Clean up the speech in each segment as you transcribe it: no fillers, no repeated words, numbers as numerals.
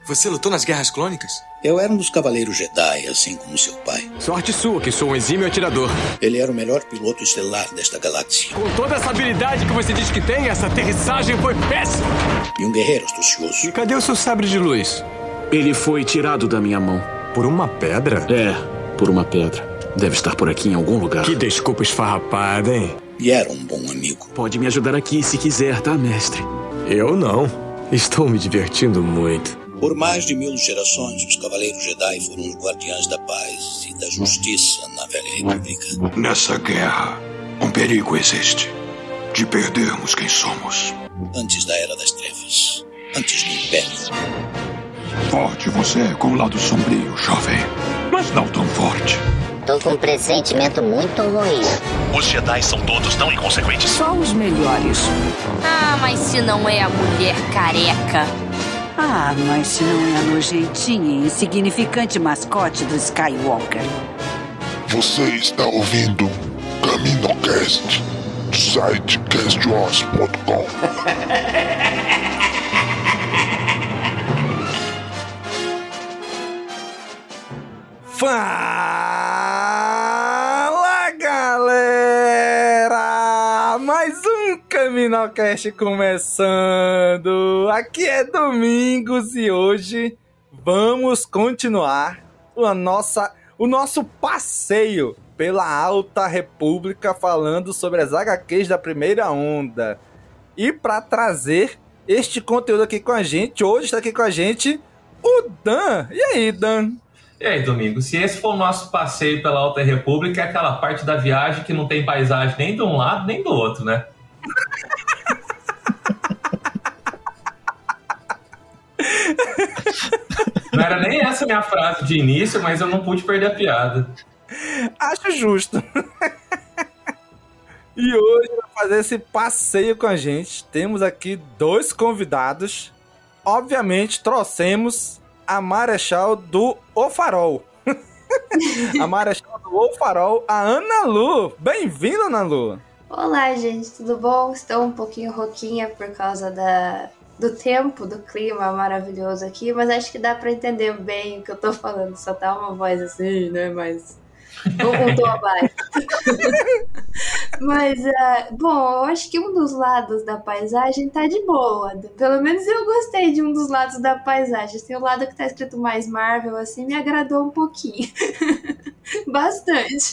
Você lutou nas Guerras Clônicas? Eu era um dos Cavaleiros Jedi, assim como seu pai. Sorte sua, que sou um exímio atirador. Ele era o melhor piloto estelar desta galáxia. Com toda essa habilidade que você diz que tem, essa aterrissagem foi péssima. E um guerreiro astucioso. E cadê o seu sabre de luz? Ele foi tirado da minha mão. Por uma pedra? É, por uma pedra. Deve estar por aqui em algum lugar. Que desculpa esfarrapada, hein? E era um bom amigo. Pode me ajudar aqui se quiser, tá, mestre? Eu não. Estou me divertindo muito. Por mais de 1000 gerações, os Cavaleiros Jedi foram os guardiães da paz e da justiça na Velha República. Nessa guerra, um perigo existe. De perdermos quem somos. Antes da Era das Trevas. Antes do Império. Forte você é com o lado sombrio, jovem. Mas não tão forte. Tô com um pressentimento muito ruim. Os Jedi são todos tão inconsequentes. Só os melhores. Ah, mas se não é a mulher careca. Ah, mas se não é a nojentinha e insignificante mascote do Skywalker. Você está ouvindo CaminoCast do site castwars.com. Fala, galera! Mais um CaminoCast começando! Aqui é Domingos e hoje vamos continuar o nosso passeio pela Alta República falando sobre as HQs da primeira onda. E para trazer este conteúdo aqui com a gente, hoje está aqui com a gente o Dan. E aí, Dan? E aí, Domingos, se esse for o nosso passeio pela Alta República, é aquela parte da viagem que não tem paisagem nem de um lado nem do outro, né? Não era nem essa minha frase de início, mas eu não pude perder a piada. Acho justo. E hoje, para fazer esse passeio com a gente, temos aqui dois convidados. Obviamente, trouxemos a Marechal do O Farol. A Marechal do O Farol, a Ana Lu. Bem-vinda, Ana Lu. Olá, gente, tudo bom? Estou um pouquinho rouquinha por causa do tempo, do clima maravilhoso aqui, mas acho que dá para entender bem o que eu tô falando. Só tá uma voz assim, né? Mas um tom abaixo. Mas, bom, eu acho que um dos lados da paisagem tá de boa. Pelo menos eu gostei de um dos lados da paisagem. Tem o lado que tá escrito mais Marvel, assim, me agradou um pouquinho. Bastante.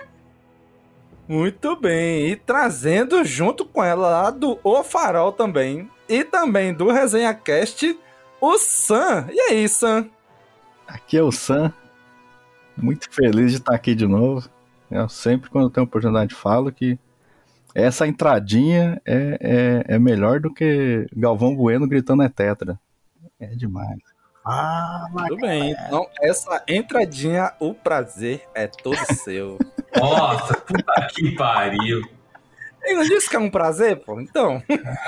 Muito bem. E trazendo junto com ela lá do O Farol também. E também do Resenha Cast, o Sam. E aí, Sam? Aqui é o Sam. Muito feliz de estar aqui de novo. Eu sempre, quando eu tenho oportunidade, falo que essa entradinha é melhor do que Galvão Bueno gritando é tetra. É demais. Tudo bem. Então, essa entradinha, o prazer é todo seu. Nossa, puta que pariu. Ele não disse que é um prazer, pô? Então.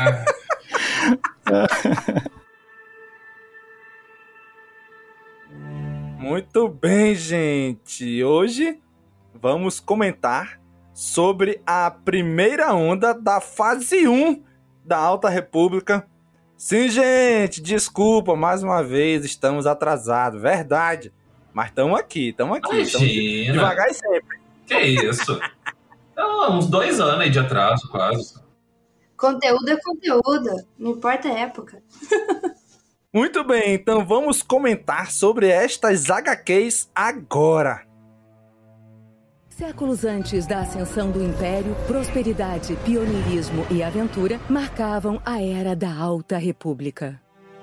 Muito bem, gente. Hoje vamos comentar sobre a primeira onda da fase 1 da Alta República. Sim, gente, desculpa, mais uma vez estamos atrasados, verdade. Mas estamos aqui. Imagina. Devagar e sempre. Que isso? Uns 2 anos aí de atraso, quase. Conteúdo é conteúdo, não importa a época. Muito bem, então vamos comentar sobre estas HQs agora. Séculos antes da ascensão do Império, prosperidade, pioneirismo e aventura marcavam a Era da Alta República.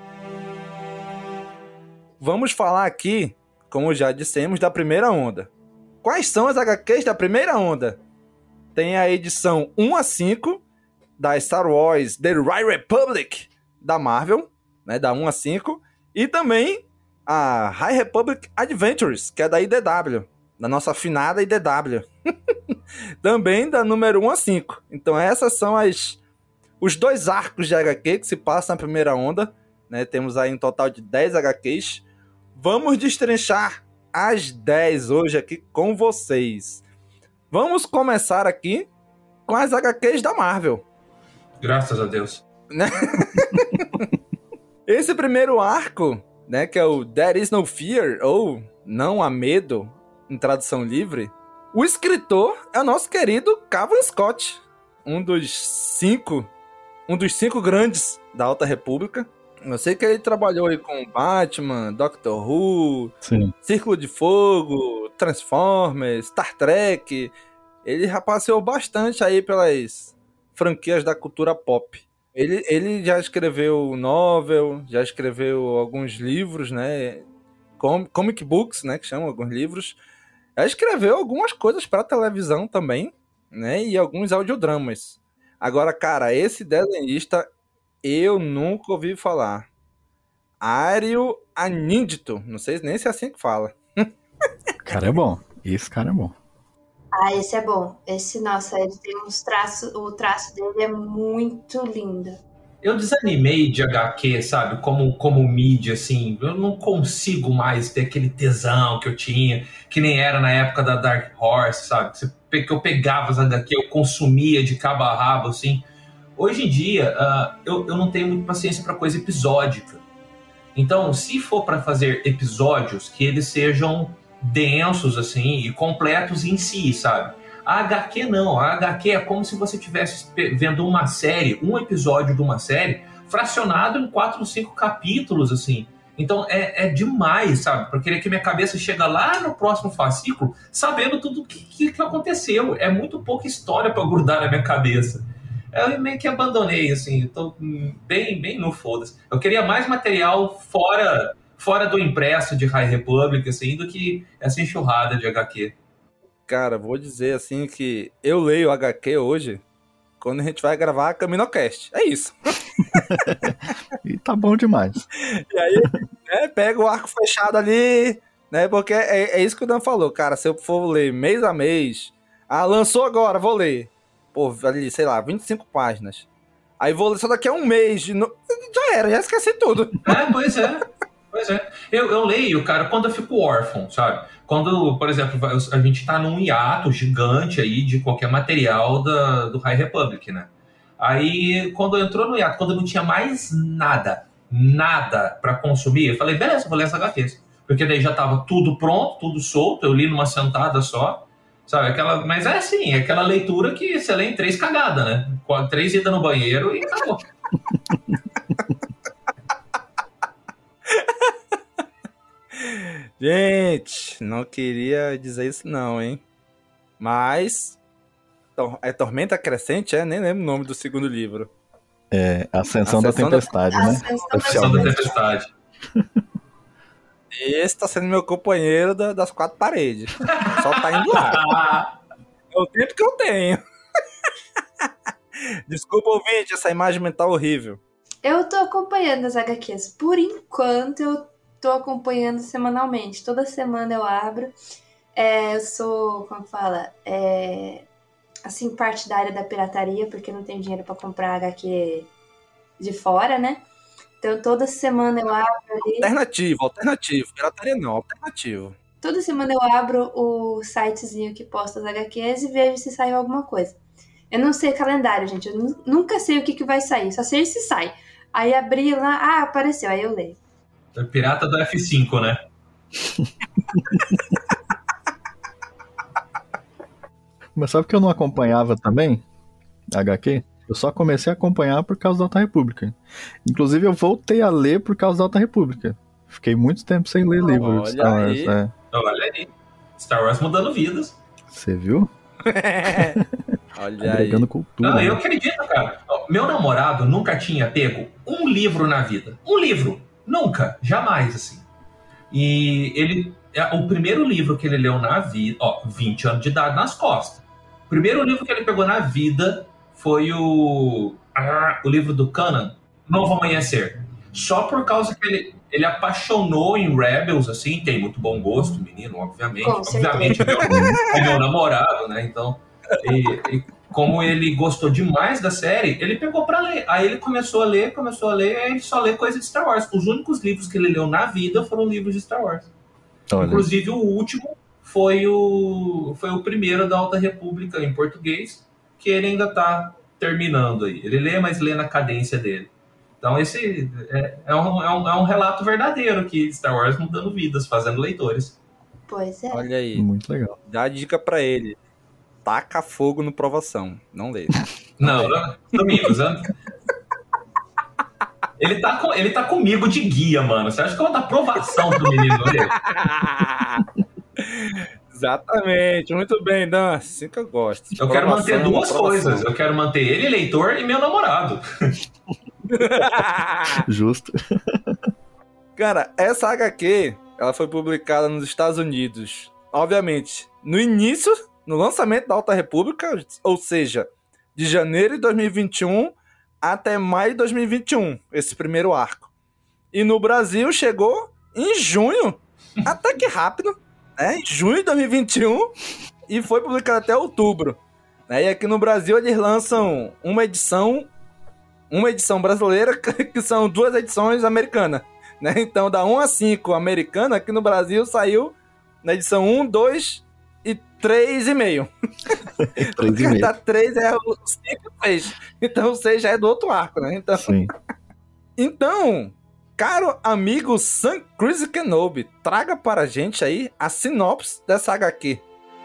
Vamos falar aqui, como já dissemos, da primeira onda. Quais são as HQs da primeira onda? Tem a edição 1 a 5 da Star Wars The High Republic da Marvel, né, da 1 a 5, e também a High Republic Adventures, que é da IDW, da nossa afinada IDW. Também da número 1 a 5. Então essas são os dois arcos de HQ que se passam na primeira onda, né? Temos aí um total de 10 HQs. Vamos destrinchar as 10 hoje aqui com vocês. Vamos começar aqui com as HQs da Marvel. Graças a Deus. Esse primeiro arco né, que é o There Is No Fear, ou Não Há Medo, em tradução livre, o escritor é o nosso querido Cavan Scott, um dos cinco grandes da Alta República. Eu sei que ele trabalhou aí com Batman, Doctor Who, Sim. Círculo de Fogo, Transformers, Star Trek. Ele já passeou bastante aí pelas franquias da cultura pop. Ele já escreveu novel, já escreveu alguns livros, né? Comic books, né? Que chamam alguns livros. Já escreveu algumas coisas para televisão também, né? E alguns audiodramas. Agora, cara, esse desenhista eu nunca ouvi falar. Ario Anindito. Não sei nem se é assim que fala. Cara é bom. Esse cara é bom. Ah, esse é bom. Esse, nossa, ele tem uns traços. O traço dele é muito lindo. Eu desanimei de HQ, sabe? Como mídia, assim. Eu não consigo mais ter aquele tesão que eu tinha, que nem era na época da Dark Horse, sabe? Que eu pegava as HQ, eu consumia de cabo a rabo, assim. Hoje em dia, eu não tenho muita paciência para coisa episódica. Então, se for para fazer episódios, que eles sejam densos, assim, e completos em si, sabe? A HQ não. A HQ é como se você estivesse vendo uma série, um episódio de uma série, fracionado em 4 ou 5 capítulos, assim. Então, é demais, sabe? Pra querer que minha cabeça chega lá no próximo fascículo, sabendo tudo o que aconteceu. É muito pouca história para grudar na minha cabeça. Eu meio que abandonei, assim, tô bem no foda-se. Eu queria mais material fora do impresso de High Republic, assim, do que essa enxurrada de HQ. Cara, vou dizer, assim, que eu leio HQ hoje quando a gente vai gravar a CaminoCast. É isso. E tá bom demais. E aí, né, pega o arco fechado ali, né, porque é isso que o Dan falou, cara, se eu for ler mês a mês, lançou agora, vou ler. Pô, ali, sei lá, 25 páginas. Aí vou ler só daqui a um mês. Já esqueci tudo. Pois é. Eu leio, cara, quando eu fico órfão, sabe? Quando, por exemplo, a gente tá num hiato gigante aí de qualquer material do High Republic, né? Aí, quando entrou no hiato, quando eu não tinha mais nada pra consumir, eu falei, beleza, vou ler essa HQ. Porque daí já tava tudo pronto, tudo solto, eu li numa sentada só. Sabe, mas é assim, aquela leitura que você lê em 3 cagadas, né? 3 idas no banheiro e acabou. Gente, não queria dizer isso não, hein? Mas é Tormenta Crescente, nem lembro o nome do segundo livro. É Ascensão da Tempestade, né? Ascensão da Tempestade. Esse tá sendo meu companheiro das 4 paredes. Só tá indo lá. É o tempo que eu tenho. Desculpa, ouvinte, essa imagem mental horrível. Eu tô acompanhando as HQs. Por enquanto, eu tô acompanhando semanalmente. Toda semana eu abro. Eu sou, como fala, assim, partidária da pirataria, porque não tenho dinheiro pra comprar HQ de fora, né? Então, toda semana eu abro ali... Alternativo. Pirataria não, alternativo. Toda semana eu abro o sitezinho que posta as HQs e vejo se saiu alguma coisa. Eu não sei calendário, gente. Eu nunca sei o que vai sair. Só sei se sai. Aí abri lá, apareceu. Aí eu leio. É pirata do F5, né? Mas sabe que eu não acompanhava também? HQ? Eu só comecei a acompanhar por causa da Alta República. Inclusive, eu voltei a ler por causa da Alta República. Fiquei muito tempo sem ler livros de Star Wars. Olha aí. Star Wars mudando vidas. Você viu? Olha agregando aí. cultura. Não, eu acredito, cara. Meu namorado nunca tinha pego um livro na vida. Um livro. Nunca. Jamais, assim. E o primeiro livro que ele leu na vida... 20 anos de idade nas costas. O primeiro livro que ele pegou na vida foi o livro do Kanan, Novo Amanhecer. Só por causa que ele apaixonou em Rebels, assim, tem muito bom gosto, menino, obviamente. Obviamente é meu namorado, né? Então, e como ele gostou demais da série, ele pegou pra ler. Aí ele começou a ler, aí ele só lê coisa de Star Wars. Os únicos livros que ele leu na vida foram livros de Star Wars. Olha. Inclusive, o último foi o primeiro da Alta República, em português, que ele ainda tá terminando aí. Ele lê, mas lê na cadência dele. Então esse é um relato verdadeiro que Star Wars mudando vidas, fazendo leitores. Pois é. Olha aí. Muito legal. Dá a dica pra ele. Taca fogo no Provação. Não lê. Não, Domingos, ele tá comigo de guia, mano. Você acha que eu vou dar provação pro menino dele? Exatamente. Muito bem, Dan. Assim que eu gosto. Eu quero manter duas coisas. Eu quero manter ele leitor e meu namorado. Justo. Cara, essa HQ, ela foi publicada nos Estados Unidos, obviamente, no início, no lançamento da Alta República, ou seja, de janeiro de 2021 até maio de 2021, esse primeiro arco. E no Brasil chegou em junho, até que rápido, né? Em junho de 2021, e foi publicado até outubro. Né? E aqui no Brasil eles lançam uma edição brasileira, que são 2 edições americanas. Né? Então, da 1 a 5 americana, aqui no Brasil saiu na edição 1, 2 e 3,5. 3,5. Da 3 é o 5 e 6. Então, o 6 já é do outro arco, né? Então, sim. Então, caro amigo Sam Cruise Kenobi, traga para a gente aí a sinopse dessa HQ.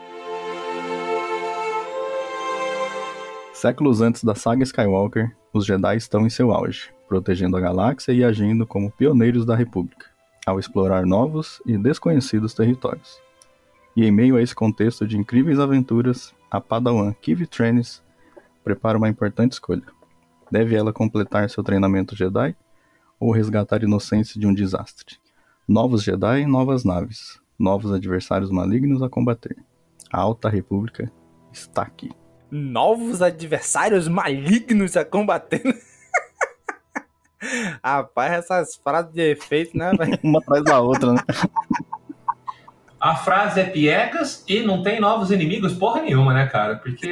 Séculos antes da saga Skywalker, os Jedi estão em seu auge, protegendo a galáxia e agindo como pioneiros da República, ao explorar novos e desconhecidos territórios. E em meio a esse contexto de incríveis aventuras, a Padawan Kivi Trennis prepara uma importante escolha. Deve ela completar seu treinamento Jedi ou resgatar a inocência de um desastre? Novos Jedi, novas naves, novos adversários malignos a combater. A Alta República está aqui. Novos adversários malignos a combater. Rapaz, essas frases de efeito, né, velho? Uma atrás da outra, né? A frase é piegas e não tem novos inimigos porra nenhuma, né, cara? Porque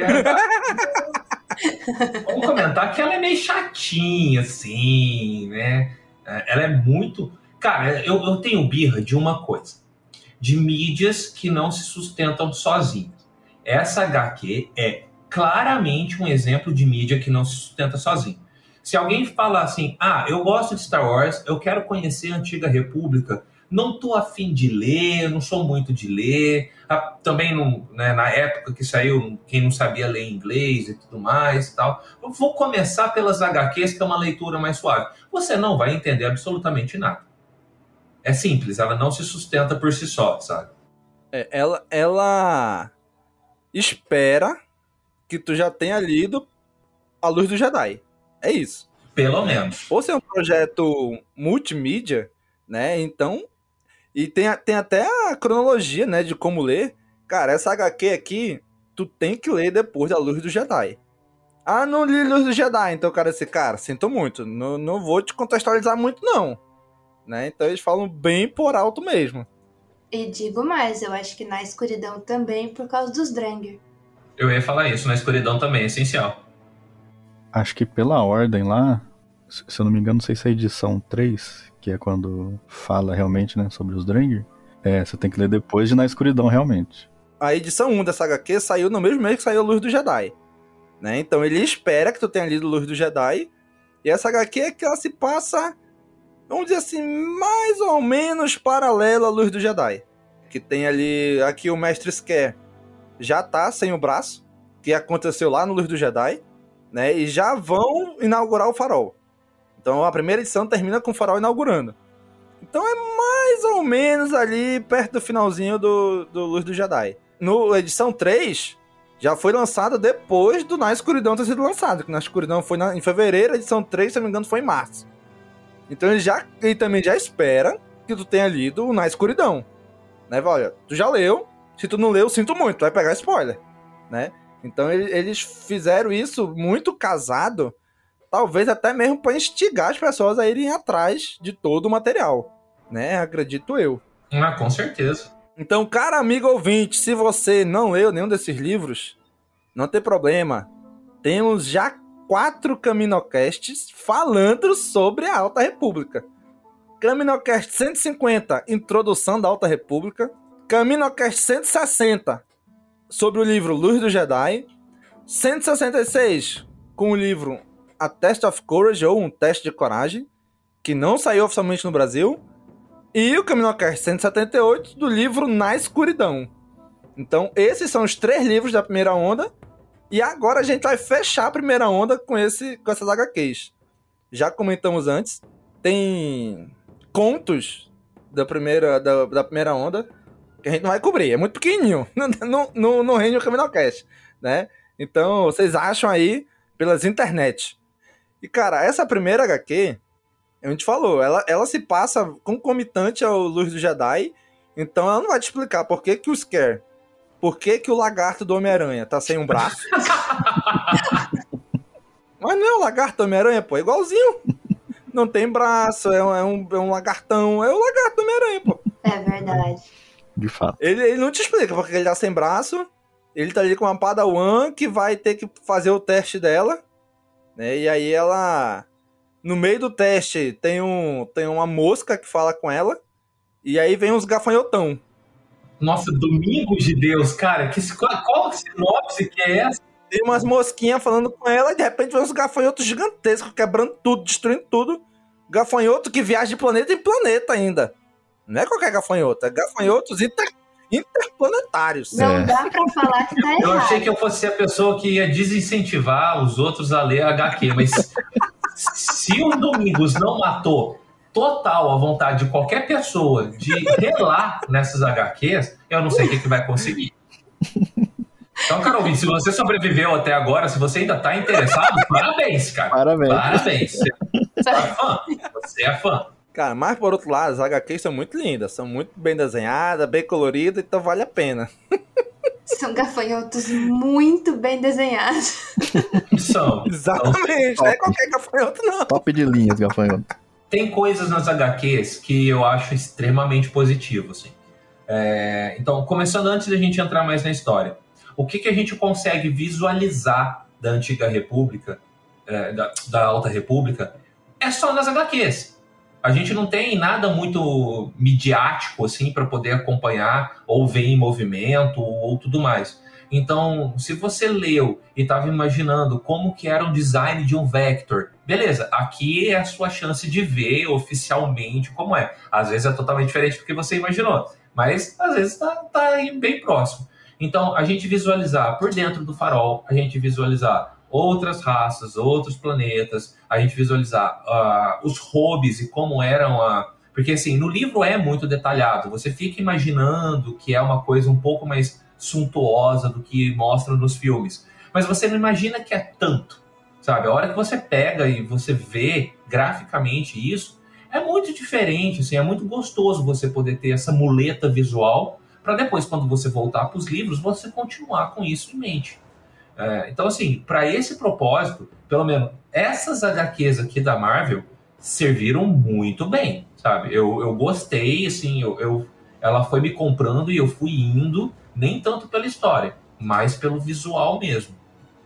vamos comentar que ela é meio chatinha, assim, né? Ela é muito... Cara, eu tenho birra de uma coisa. De mídias que não se sustentam sozinhas. Essa HQ é claramente um exemplo de mídia que não se sustenta sozinho. Se alguém fala assim, eu gosto de Star Wars, eu quero conhecer a Antiga República, não tô afim de ler, não sou muito de ler, também não, né, na época que saiu, quem não sabia ler inglês e tudo mais e tal, eu vou começar pelas HQs, que é uma leitura mais suave. Você não vai entender absolutamente nada. É simples, ela não se sustenta por si só, sabe? Ela espera que tu já tenha lido A Luz do Jedi. É isso. Pelo menos. Por ser um projeto multimídia, né? Então. E tem até a cronologia, né? De como ler. Cara, essa HQ aqui, tu tem que ler depois da Luz do Jedi. Não li Luz do Jedi. Então o cara disse, cara, sinto muito. Não vou te contextualizar muito, não. Né? Então eles falam bem por alto mesmo. E digo mais, eu acho que Na Escuridão também, por causa dos Drengir. Eu ia falar isso, Na Escuridão também, é essencial. Acho que pela ordem lá, se eu não me engano, não sei se é a edição 3, que é quando fala realmente, né, sobre os Drengir, você tem que ler depois de Na Escuridão, realmente. A edição 1 dessa HQ saiu no mesmo mês que saiu Luz do Jedi. Né? Então ele espera que tu tenha lido Luz do Jedi, e essa HQ é que ela se passa, vamos dizer assim, mais ou menos paralela à Luz do Jedi. Que tem ali, aqui o Mestre Sker já tá sem o braço, que aconteceu lá no Luz do Jedi, né? E já vão inaugurar o farol. Então a primeira edição termina com o farol inaugurando. Então é mais ou menos ali perto do finalzinho do Luz do Jedi. No edição 3, já foi lançada depois do Na Escuridão ter sido lançado, que Na Escuridão foi em fevereiro, a edição 3, se não me engano, foi em março. Então ele também já espera que tu tenha lido o Na Escuridão. Né? Olha, tu já leu, se tu não leu, sinto muito, tu vai pegar spoiler. Né? Então eles fizeram isso muito casado, talvez até mesmo para instigar as pessoas a irem atrás de todo o material. Né? Acredito eu. Com certeza. Então, cara amigo ouvinte, se você não leu nenhum desses livros, não tem problema. Temos já 4 Caminocasts falando sobre a Alta República. Caminocast 150, Introdução da Alta República. Caminocast 160, sobre o livro Luz do Jedi. 166, com o livro A Test of Courage, ou Um Teste de Coragem, que não saiu oficialmente no Brasil, e o Caminocast 178 do livro Na Escuridão. Então, esses são os 3 livros da primeira onda, e agora a gente vai fechar a primeira onda com essas HQs. Já comentamos antes, tem contos da primeira onda que a gente não vai cobrir, é muito pequenininho, no reino do Caminocast, né? Então, vocês acham aí pelas internet. E, cara, essa primeira HQ, a gente falou, ela se passa concomitante ao Luz do Jedi, então ela não vai te explicar por que o Scare, por que o lagarto do Homem-Aranha tá sem um braço. Mas não é o lagarto do Homem-Aranha, pô, é igualzinho. Não tem braço, é um lagartão, é o lagarto do Homem-Aranha, pô. É verdade. De fato. Ele não te explica porque ele tá sem braço, ele tá ali com uma Padawan que vai ter que fazer o teste dela, né? E aí ela... No meio do teste tem uma mosca que fala com ela, e aí vem uns gafanhotão. Nossa, Domingos de Deus, cara, qual sinopse que é essa? Tem umas mosquinhas falando com ela, e de repente vem uns gafanhotos gigantescos, quebrando tudo, destruindo tudo. Gafanhoto que viaja de planeta em planeta ainda. Não é qualquer gafanhoto, é gafanhotos interplanetários. Não dá pra falar que tá errado. Eu achei que eu fosse a pessoa que ia desincentivar os outros a ler HQ, mas se o Domingos não matou total a vontade de qualquer pessoa de relar nessas HQs, eu não sei o que vai conseguir. Então, cara, ouvinte, se você sobreviveu até agora, se você ainda tá interessado, parabéns, cara. Parabéns. Você é fã. Cara, mas por outro lado, as HQs são muito lindas, são muito bem desenhadas, bem coloridas, então vale a pena. São gafanhotos muito bem desenhados. São. Exatamente, não é qualquer gafanhoto, não. Top de linhas, gafanhoto. Tem coisas nas HQs que eu acho extremamente positivo, assim. Então, começando antes da gente entrar mais na história, o que a gente consegue visualizar da Antiga República, da Alta República, é só nas HQs. A gente não tem nada muito midiático assim para poder acompanhar ou ver em movimento ou tudo mais. Então, se você leu e estava imaginando como que era o design de um Vector, beleza, aqui é a sua chance de ver oficialmente como é. Às vezes é totalmente diferente do que você imaginou, mas às vezes tá bem próximo. Então, a gente visualizar por dentro do farol, a gente visualizar outras raças, outros planetas, a gente visualizar os hobbies e como eram Porque, assim, no livro é muito detalhado, você fica imaginando que é uma coisa um pouco mais suntuosa do que mostram nos filmes, mas você não imagina que é tanto, sabe? A hora que você pega e você vê graficamente isso, é muito diferente, assim, é muito gostoso você poder ter essa muleta visual para depois, quando você voltar para os livros, você continuar com isso em mente. Então, assim, para esse propósito, pelo menos essas HQs aqui da Marvel serviram muito bem, sabe? Eu gostei, assim, ela foi me comprando e eu fui indo, nem tanto pela história, mas pelo visual mesmo.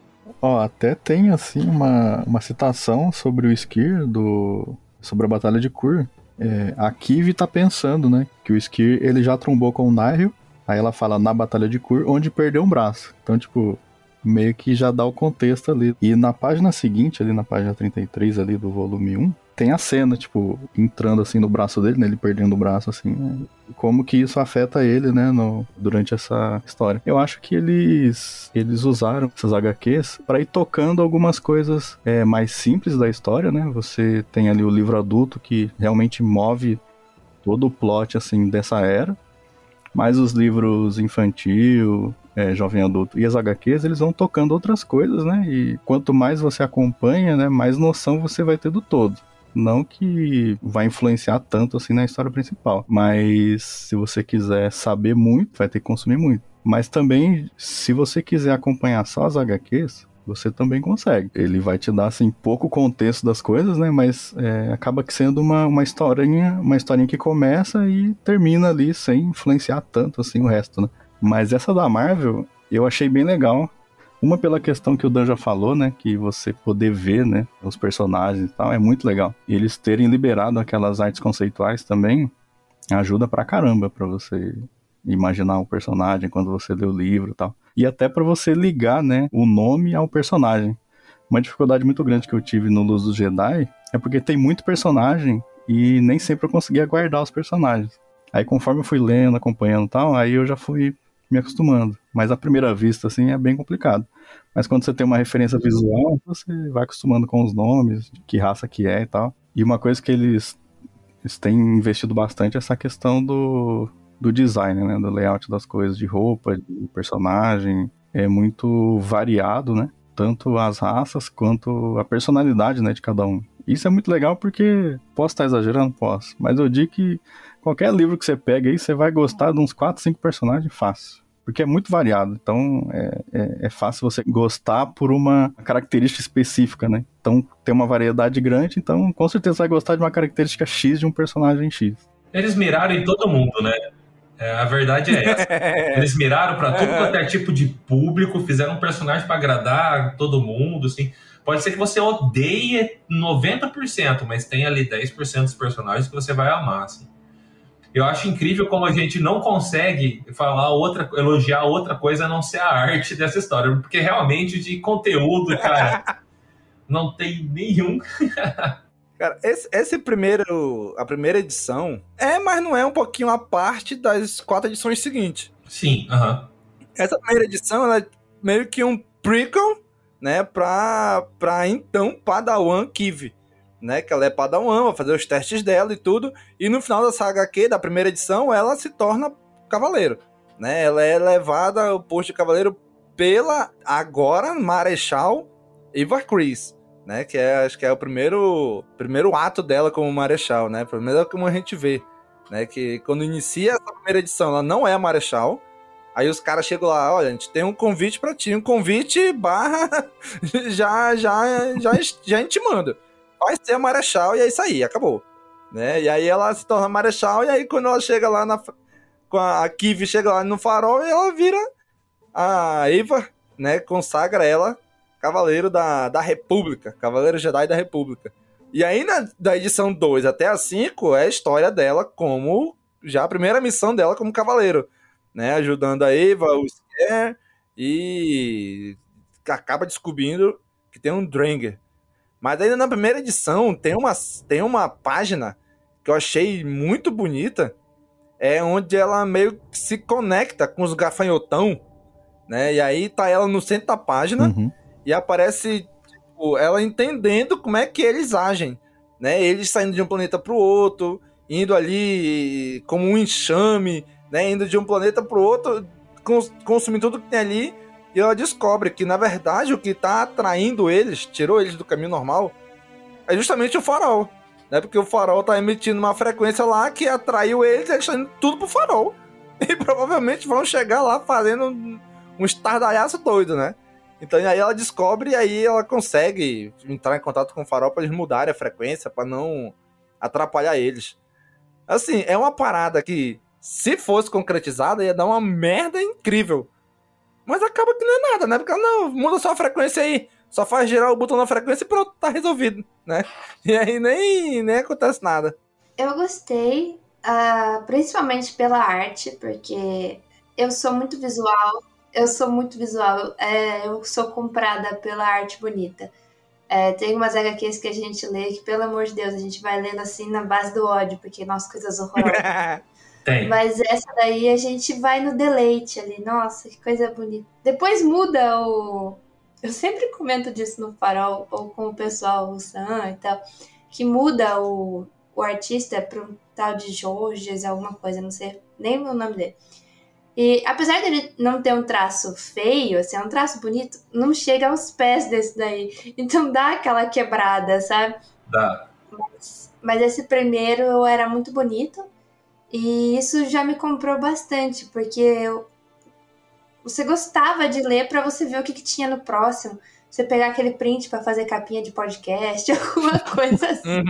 Até tem, assim, uma citação sobre o Skir, sobre a Batalha de Kur. A Kivi tá pensando, né, que o Skir, ele já trombou com o Nihil, aí ela fala na Batalha de Kur, onde perdeu um braço. Então, tipo, meio que já dá o contexto ali. E na página seguinte, ali na página 33 ali do volume 1, tem a cena, tipo, entrando assim no braço dele, né, ele perdendo o braço, assim, né, como que isso afeta ele, né, durante essa história. Eu acho que eles usaram essas HQs para ir tocando algumas coisas mais simples da história, né, você tem ali o livro adulto que realmente move todo o plot, assim, dessa era, mas os livros infantil, jovem adulto e as HQs, eles vão tocando outras coisas, né, e quanto mais você acompanha, né, mais noção você vai ter do todo. Não que vai influenciar tanto assim na história principal, mas se você quiser saber muito, vai ter que consumir muito. Mas também, se você quiser acompanhar só as HQs, você também consegue. Ele vai te dar, assim, pouco contexto das coisas, né, mas acaba que sendo uma historinha que começa e termina ali sem influenciar tanto assim o resto, né. Mas essa da Marvel, eu achei bem legal. Uma pela questão que o Dan já falou, né, que você poder ver, né, os personagens e tal, é muito legal. E eles terem liberado aquelas artes conceituais também ajuda pra caramba pra você imaginar o personagem quando você lê o livro e tal. E até pra você ligar, né, o nome ao personagem. Uma dificuldade muito grande que eu tive no Luz do Jedi é porque tem muito personagem e nem sempre eu conseguia guardar os personagens. Aí conforme eu fui lendo, acompanhando e tal, aí eu já fui me acostumando. Mas à primeira vista, assim, é bem complicado. Mas quando você tem uma referência visual, você vai acostumando com os nomes, de que raça que é e tal. E uma coisa que eles têm investido bastante é essa questão do design, né? Do layout das coisas, de roupa, de personagem. É muito variado, né? Tanto as raças quanto a personalidade, né, de cada um. Isso é muito legal porque, posso estar exagerando? Posso. Mas eu digo que qualquer livro que você pega aí, você vai gostar de uns 4, 5 personagens fácil. Porque é muito variado. Então, é fácil você gostar por uma característica específica, né? Então, tem uma variedade grande, então, com certeza você vai gostar de uma característica X de um personagem X. Eles miraram em todo mundo, né? A verdade é essa. Eles miraram pra tudo quanto é tipo de público, fizeram um personagem pra agradar todo mundo, assim. Pode ser que você odeie 90%, mas tem ali 10% dos personagens que você vai amar, assim. Eu acho incrível como a gente não consegue elogiar outra coisa a não ser a arte dessa história, porque realmente de conteúdo, cara, não tem nenhum. Cara, a primeira edição mas não é um pouquinho a parte das 4 edições seguintes. Sim, aham. Essa primeira edição, ela é meio que um prequel, né, pra então Padawan Kiv, né, que ela é Padawan, vai fazer os testes dela e tudo, e no final dessa HQ, da primeira edição, ela se torna cavaleiro, né, ela é levada ao posto de cavaleiro pela, agora, Marechal Eva Chris, né, que acho que é o primeiro ato dela como Marechal, né, pelo menos é como a gente vê, né, que quando inicia essa primeira edição, ela não é a Marechal. Aí os caras chegam lá, olha, a gente tem um convite pra ti, um convite barra já intimando. Vai ser a Marechal e é isso aí, acabou. Né? E aí ela se torna Marechal e aí quando ela chega lá com a Kiv chega lá no farol e ela vira a Eva, né, consagra ela Cavaleiro da República, Cavaleiro Jedi da República. E aí da edição 2 até a 5 é a história dela como, já a primeira missão dela como Cavaleiro. Né, ajudando a Eva, o Sker, e acaba descobrindo que tem um Dranger. Mas ainda na primeira edição tem uma página que eu achei muito bonita, onde ela meio que se conecta com os gafanhotão, né? E aí tá ela no centro da página e aparece tipo, ela entendendo como é que eles agem, né? Eles saindo de um planeta pro outro, indo ali como um enxame, né, indo de um planeta pro outro, consumindo tudo que tem ali, e ela descobre que, na verdade, o que tá atraindo eles, tirou eles do caminho normal, é justamente o farol, né, porque o farol tá emitindo uma frequência lá que atraiu eles estão indo tudo pro farol, e provavelmente vão chegar lá fazendo um estardalhaço doido, né. Então aí ela descobre e aí ela consegue entrar em contato com o farol pra eles mudarem a frequência, pra não atrapalhar eles. Assim, é uma parada que se fosse concretizada, ia dar uma merda incrível. Mas acaba que não é nada, né? Porque não, muda só a frequência aí. Só faz girar o botão na frequência e pronto, tá resolvido, né? E aí nem acontece nada. Eu gostei, principalmente pela arte, porque eu sou muito visual. Eu sou comprada pela arte bonita. Tem umas HQs que a gente lê que, pelo amor de Deus, a gente vai lendo assim na base do ódio, porque, nossa, coisas horrorosas. Tem. Mas essa daí a gente vai no deleite ali. Nossa, que coisa bonita. Depois muda Eu sempre comento disso no farol, ou com o pessoal, o Sam e tal, que muda o artista para um tal de Jorges, alguma coisa, não sei nem o nome dele. E apesar dele não ter um traço feio, assim, é um traço bonito, não chega aos pés desse daí. Então dá aquela quebrada, sabe? Dá. Mas esse primeiro era muito bonito. E isso já me comprou bastante, porque você gostava de ler pra você ver o que tinha no próximo. Você pegar aquele print pra fazer capinha de podcast, alguma coisa assim.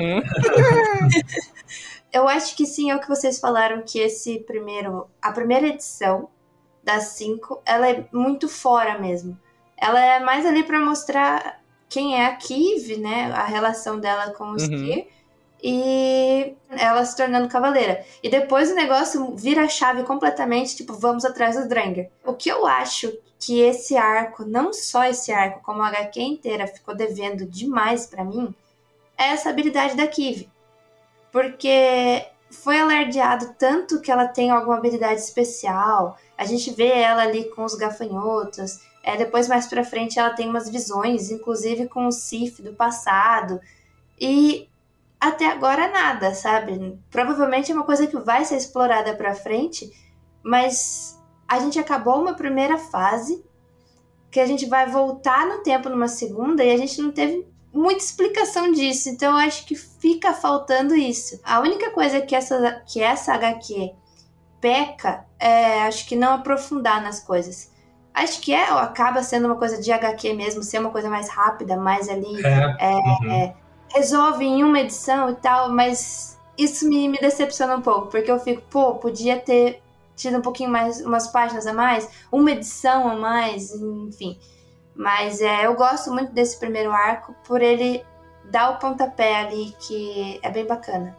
Eu acho que sim, é o que vocês falaram, que a primeira edição das 5, ela é muito fora mesmo. Ela é mais ali pra mostrar quem é a Kiv, né? A relação dela com o Sker. e ela se tornando cavaleira. E depois o negócio vira a chave completamente, tipo, vamos atrás do Dränger. O que eu acho que esse arco, não só esse arco, como a HQ inteira ficou devendo demais pra mim, é essa habilidade da Kive. Porque foi alardeado tanto que ela tem alguma habilidade especial, a gente vê ela ali com os gafanhotos, depois mais pra frente ela tem umas visões, inclusive com o Sif do passado, e até agora nada, sabe? Provavelmente é uma coisa que vai ser explorada pra frente, mas a gente acabou uma primeira fase, que a gente vai voltar no tempo numa segunda, e a gente não teve muita explicação disso, então eu acho que fica faltando isso. A única coisa que essa HQ peca é, acho que não aprofundar nas coisas. Acho que acaba sendo uma coisa de HQ mesmo, ser uma coisa mais rápida, mais ali, resolve em uma edição e tal, mas isso me decepciona um pouco, porque eu fico, podia ter tido um pouquinho mais, umas páginas a mais, uma edição a mais, enfim. Mas eu gosto muito desse primeiro arco por ele dar o pontapé ali, que é bem bacana.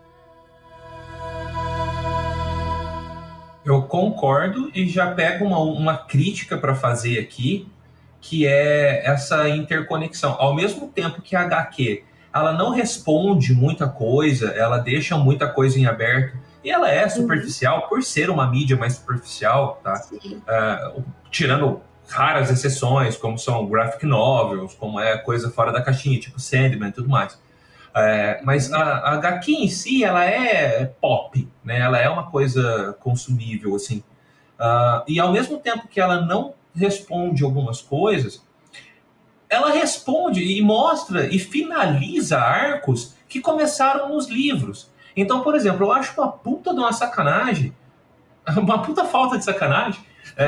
Eu concordo e já pego uma crítica para fazer aqui, que é essa interconexão. Ao mesmo tempo que a HQ ela não responde muita coisa, ela deixa muita coisa em aberto, e ela é superficial por ser uma mídia mais superficial, tá? Tirando raras exceções, como são graphic novels, como é coisa fora da caixinha, tipo Sandman e tudo mais. Mas a HQ em si, ela é pop, né? Ela é uma coisa consumível, assim. E ao mesmo tempo que ela não responde algumas coisas, ela responde e mostra e finaliza arcos que começaram nos livros. Então, por exemplo, eu acho uma puta de uma sacanagem, uma puta falta de sacanagem,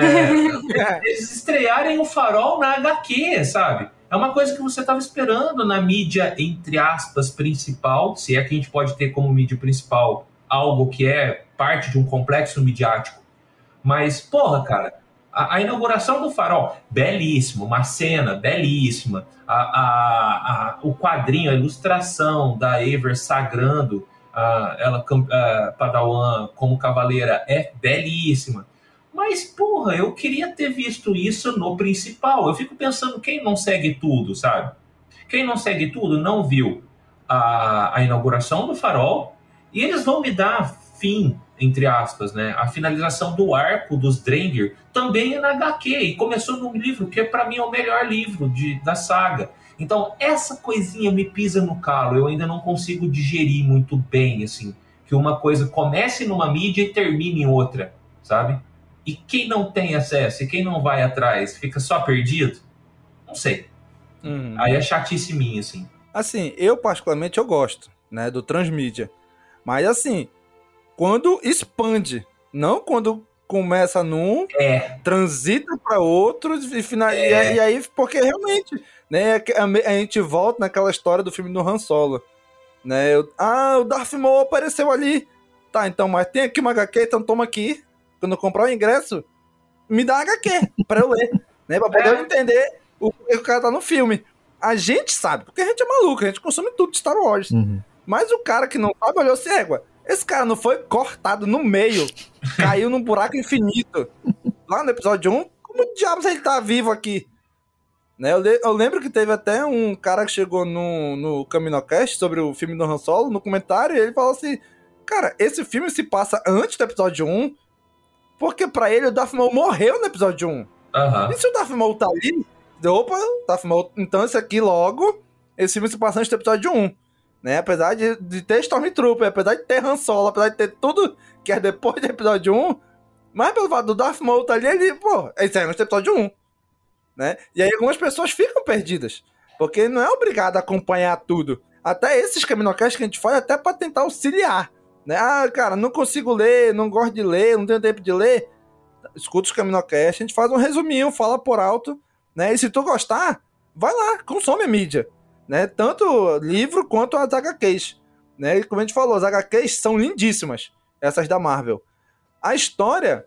eles estrearem o Farol na HQ, sabe? É uma coisa que você estava esperando na mídia, entre aspas, principal, se é que a gente pode ter como mídia principal algo que é parte de um complexo midiático. Mas, porra, cara, a inauguração do Farol, belíssimo, uma cena belíssima, o quadrinho, a ilustração da Aver sagrando ela Padawan como cavaleira é belíssima. Mas, porra, eu queria ter visto isso no principal. Eu fico pensando, quem não segue tudo, sabe? Quem não segue tudo não viu a inauguração do Farol, e eles vão me dar fim, entre aspas, né? A finalização do arco dos Dränger também é na HQ, e começou num livro que pra mim é o melhor livro da saga. Então, essa coisinha me pisa no calo, eu ainda não consigo digerir muito bem, assim, que uma coisa comece numa mídia e termine em outra, sabe? E quem não tem acesso e quem não vai atrás fica só perdido? Não sei. Aí é chatice minha, assim. Assim, eu particularmente eu gosto, né, do transmídia. Mas assim, quando expande, não quando começa num, transita para outros e finaliza. E aí, porque realmente, né, a gente volta naquela história do filme do Han Solo, né? O Darth Maul apareceu ali. Tá, então, mas tem aqui uma HQ, então toma aqui. Quando eu comprar o ingresso, me dá HQ pra eu ler, né? Pra poder entender o que o cara tá no filme. A gente sabe, porque a gente é maluco, a gente consome tudo de Star Wars. Mas o cara que não sabe olhou assim, esse cara não foi cortado no meio, caiu num buraco infinito. Lá no episódio 1, como diabos ele tá vivo aqui? Né? Eu lembro que teve até um cara que chegou no CaminoCast sobre o filme do Han Solo, no comentário, e ele falou assim, cara, esse filme se passa antes do episódio 1, porque pra ele o Darth Maul morreu no episódio 1. E se o Darth Maul tá ali, opa, Darth Maul, então esse aqui logo, esse filme se passa antes do episódio 1. Né? Apesar de ter Stormtrooper, apesar de ter Han Solo, apesar de ter tudo que é depois do episódio 1, mas pelo fato do Darth Maul tá ali, esse é antes do episódio 1. Né? E aí algumas pessoas ficam perdidas, porque não é obrigado a acompanhar tudo. Até esses CaminoCast que a gente faz até pra tentar auxiliar. Né? Cara, não consigo ler, não gosto de ler, não tenho tempo de ler. Escuta os CaminoCast, a gente faz um resuminho, fala por alto, né? E se tu gostar, vai lá, consome a mídia, né? Tanto livro quanto as HQs, né? E como a gente falou, as HQs são lindíssimas, essas da Marvel. A história,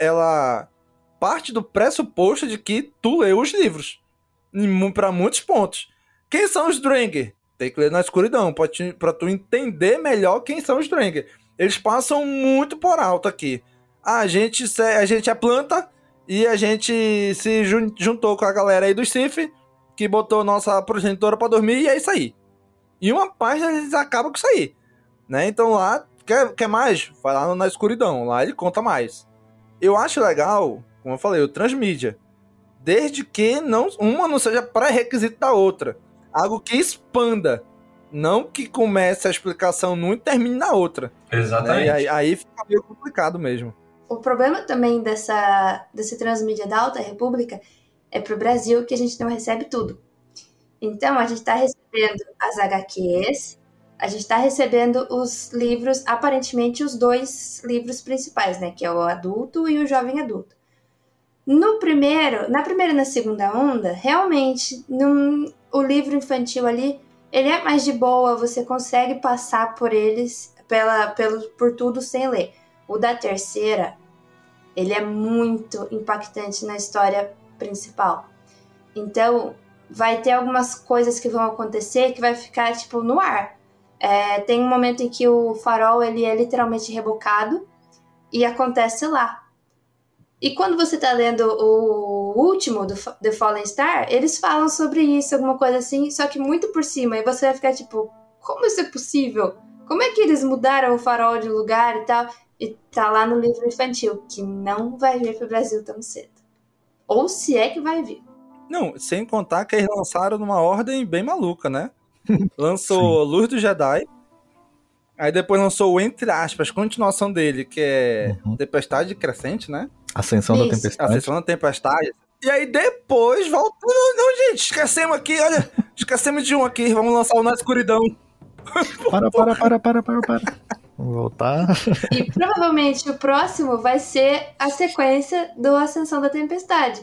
ela parte do pressuposto de que tu leu os livros, para muitos pontos. Quem são os Dränger? Tem que ler Na Escuridão, pra tu entender melhor quem são os Drengir. Eles passam muito por alto aqui. A gente é planta e a gente se juntou com a galera aí do Sith, que botou nossa progenitora pra dormir, e é isso aí. E uma página eles acabam com isso aí. Né? Então lá, quer mais? Vai lá Na Escuridão, lá ele conta mais. Eu acho legal, como eu falei, o transmídia. Desde que uma não seja pré-requisito da outra. Algo que expanda. Não que comece a explicação numa e termine na outra. Exatamente. Né? Aí fica meio complicado mesmo. O problema também desse transmídia da Alta República é pro Brasil que a gente não recebe tudo. Então, a gente tá recebendo as HQs, a gente tá recebendo os livros, aparentemente os 2 livros principais, né? Que é o adulto e o jovem adulto. Na primeira e na segunda onda, realmente, o livro infantil ali, ele é mais de boa, você consegue passar por eles, por tudo sem ler. O da terceira, ele é muito impactante na história principal. Então, vai ter algumas coisas que vão acontecer que vai ficar, tipo, no ar. Tem um momento em que o farol, ele é literalmente rebocado e acontece lá. E quando você tá lendo o último, do The Fallen Star, eles falam sobre isso, alguma coisa assim, só que muito por cima. E você vai ficar tipo, como isso é possível? Como é que eles mudaram o farol de lugar e tal? E tá lá no livro infantil, que não vai vir pro Brasil tão cedo. Ou se é que vai vir. Não, sem contar que eles lançaram numa ordem bem maluca, né? Lançou Luz do Jedi, aí depois lançou o, entre aspas, continuação dele, que é Tempestade Crescente, né? Ascensão da Tempestade. Ascensão da Tempestade. E aí depois volta... Não, gente, esquecemos aqui, olha. Esquecemos de um aqui, vamos lançar o Na Escuridão. Para. Vamos voltar. E provavelmente o próximo vai ser a sequência do Ascensão da Tempestade.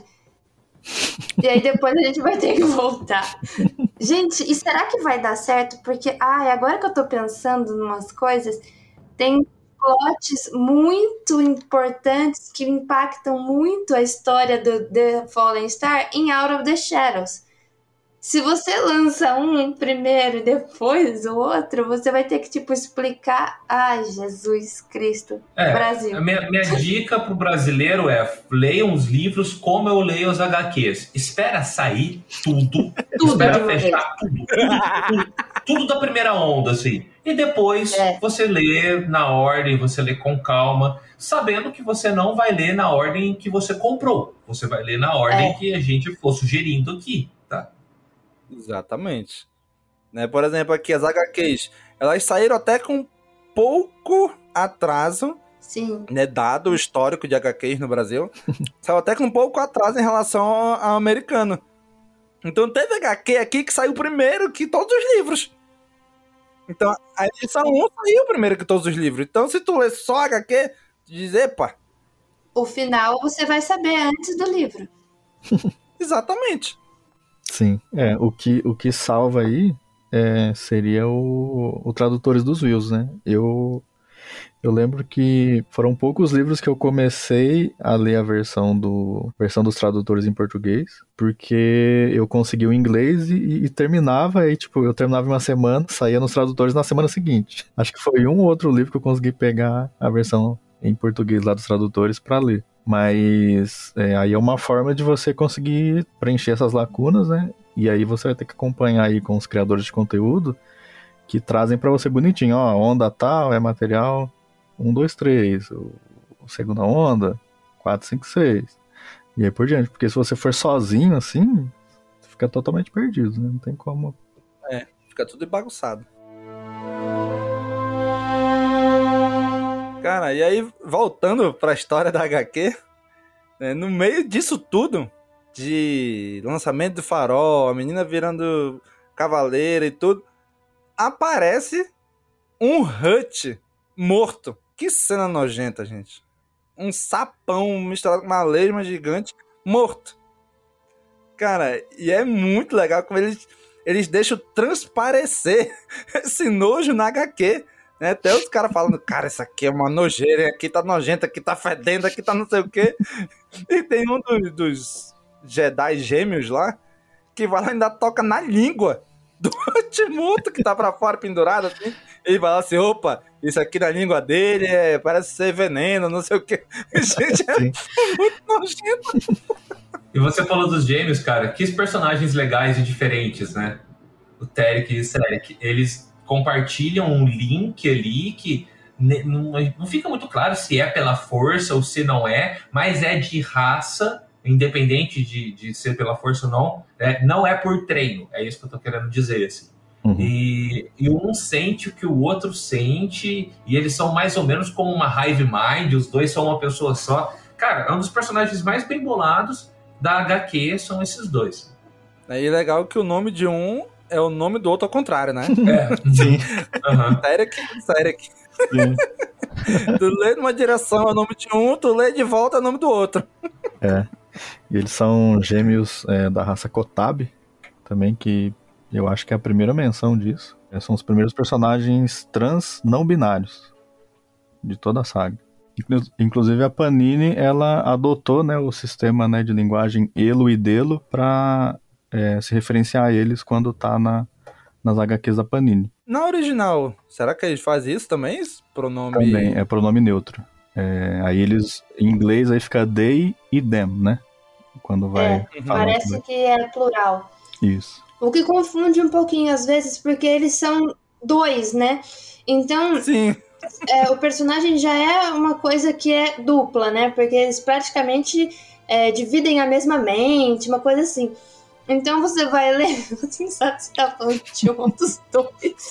E aí depois a gente vai ter que voltar. Gente, e será que vai dar certo? Porque, agora que eu tô pensando em umas coisas, tem plots muito importantes que impactam muito a história do The Fallen Star em Out of the Shadows. Se você lança um primeiro e depois o outro, você vai ter que, tipo, explicar... Ai, Jesus Cristo, Brasil. A minha dica pro brasileiro é: leiam os livros como eu leio os HQs. Espera sair tudo. Espera fechar tudo da primeira onda, assim. E depois você lê na ordem, você lê com calma, sabendo que você não vai ler na ordem que você comprou. Você vai ler na ordem que a gente for sugerindo aqui, tá? Exatamente. Né? Por exemplo, aqui as HQs, elas saíram até com pouco atraso. Sim. Né? Dado o histórico de HQs no Brasil, saiu até com um pouco atraso em relação ao americano. Então teve HQ aqui que saiu primeiro que todos os livros. Então a edição 1 saiu primeiro que todos os livros. Então se tu lê só HQ, diz, epa. O final você vai saber antes do livro. Exatamente. Sim, o que salva aí seria o Tradutores dos Wills, né? Eu lembro que foram poucos livros que eu comecei a ler a versão dos tradutores em português, porque eu consegui o inglês e terminava, aí tipo, eu terminava em uma semana, saía nos tradutores na semana seguinte. Acho que foi um ou outro livro que eu consegui pegar a versão em português lá dos tradutores para ler. Mas aí é uma forma de você conseguir preencher essas lacunas, né? E aí você vai ter que acompanhar aí com os criadores de conteúdo que trazem para você bonitinho. Ó, onda tal é material 1, 2, 3. Segunda onda, 4, 5, 6. E aí por diante. Porque se você for sozinho assim, você fica totalmente perdido, né? Não tem como. Fica tudo bagunçado. Cara, e aí, voltando pra história da HQ, né, no meio disso tudo, de lançamento do Farol, a menina virando cavaleira e tudo, aparece um Hut morto. Que cena nojenta, gente. Um sapão misturado com uma lesma gigante morto. Cara, e é muito legal como eles deixam transparecer esse nojo na HQ. Né? Até os caras falando, cara, isso aqui é uma nojeira, aqui tá nojento, aqui tá fedendo, aqui tá não sei o quê. E tem um dos Jedi gêmeos lá, que vai lá e ainda toca na língua do Ultimuto, que tá pra fora pendurado, assim. Ele vai lá assim, opa, isso aqui na língua dele parece ser veneno, não sei o que. Gente, é muito nojento. E você falou dos gêmeos, cara, que personagens legais e diferentes, né? O Tarek e o Sarek, eles compartilham um link ali que não fica muito claro se é pela força ou se não é, mas é de raça, independente de ser pela força ou não é por treino, é isso que eu tô querendo dizer, assim. Uhum. E um sente o que o outro sente, e eles são mais ou menos como uma hive mind, os dois são uma pessoa só. Cara, é um dos personagens mais bem bolados da HQ, são esses dois. E legal que o nome de um é o nome do outro ao contrário, né? Sim. Uhum. Tarek. Tu lê numa direção é o nome de um, tu lê de volta é o nome do outro. E eles são gêmeos da raça Kotab, também, que eu acho que é a primeira menção disso. São os primeiros personagens trans não binários de toda a saga. Inclusive a Panini, ela adotou, né, o sistema, né, de linguagem Elo e Delo para se referenciar a eles quando tá nas HQs da Panini. Na original, será que eles fazem isso também? Pronome... Também, é pronome neutro. Aí eles, em inglês, aí fica they e them, né? Quando vai... Parece que é plural. Isso. O que confunde um pouquinho às vezes, porque eles são dois, né? Então... Sim. O personagem já é uma coisa que é dupla, né? Porque eles praticamente dividem a mesma mente, uma coisa assim. Então você vai ler, você não sabe se tá falando de um dos dois.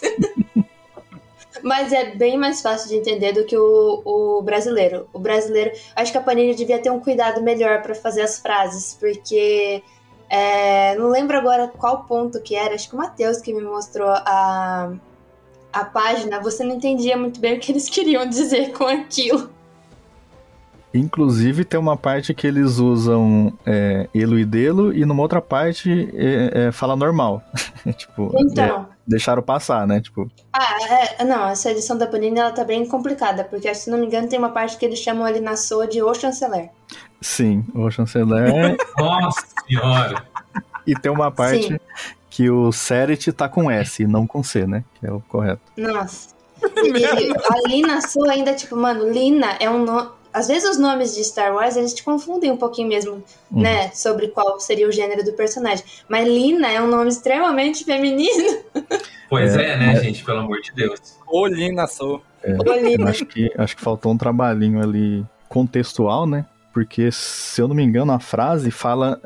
Mas é bem mais fácil de entender do que o brasileiro. O brasileiro, acho que a Panini devia ter um cuidado melhor para fazer as frases, porque não lembro agora qual ponto que era, acho que o Matheus que me mostrou a página, você não entendia muito bem o que eles queriam dizer com aquilo. Inclusive tem uma parte que eles usam elo e delo, e numa outra parte fala normal. Tipo, então, deixaram passar, né? Tipo... não, essa edição da Panini ela tá bem complicada, porque se não me engano tem uma parte que eles chamam ali na SOA de O Chanceler. Sim, O Chanceler. Nossa senhora! E tem uma parte Sim. que o Seret tá com S e não com C, né? Que é o correto. Nossa. E ali na SOA ainda, tipo, mano, Lina é um nome... Às vezes os nomes de Star Wars, eles te confundem um pouquinho mesmo, né? Sobre qual seria o gênero do personagem. Mas Lina é um nome extremamente feminino. Pois né, gente? Pelo amor de Deus. Ô, Lina, sou. Acho que faltou um trabalhinho ali contextual, né? Porque, se eu não me engano, a frase fala...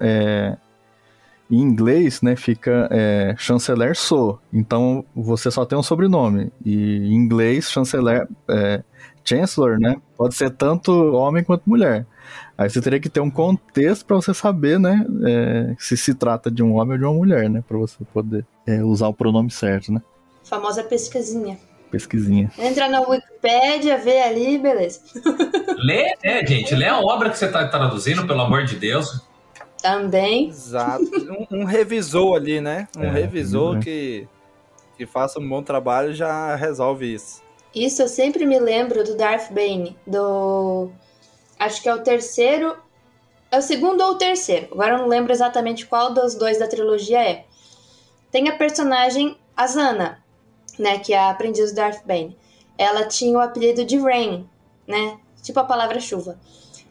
em inglês, né, fica chanceler sou. Então, você só tem um sobrenome. E em inglês, chanceler... Chancellor, né? Pode ser tanto homem quanto mulher. Aí você teria que ter um contexto para você saber, né? Se trata de um homem ou de uma mulher, né? Para você poder usar o pronome certo, né? Famosa pesquisinha. Entra na Wikipédia, vê ali, beleza. Lê, gente. Lê a obra que você tá traduzindo, pelo amor de Deus. Também. Exato. Um revisor ali, né? Um revisor que faça um bom trabalho já resolve isso. Isso eu sempre me lembro do Darth Bane, acho que é o terceiro, é o segundo ou o terceiro, agora eu não lembro exatamente qual dos dois da trilogia é. Tem a personagem Azana, né, que é a aprendiz do Darth Bane. Ela tinha o apelido de Rain, né, tipo a palavra chuva.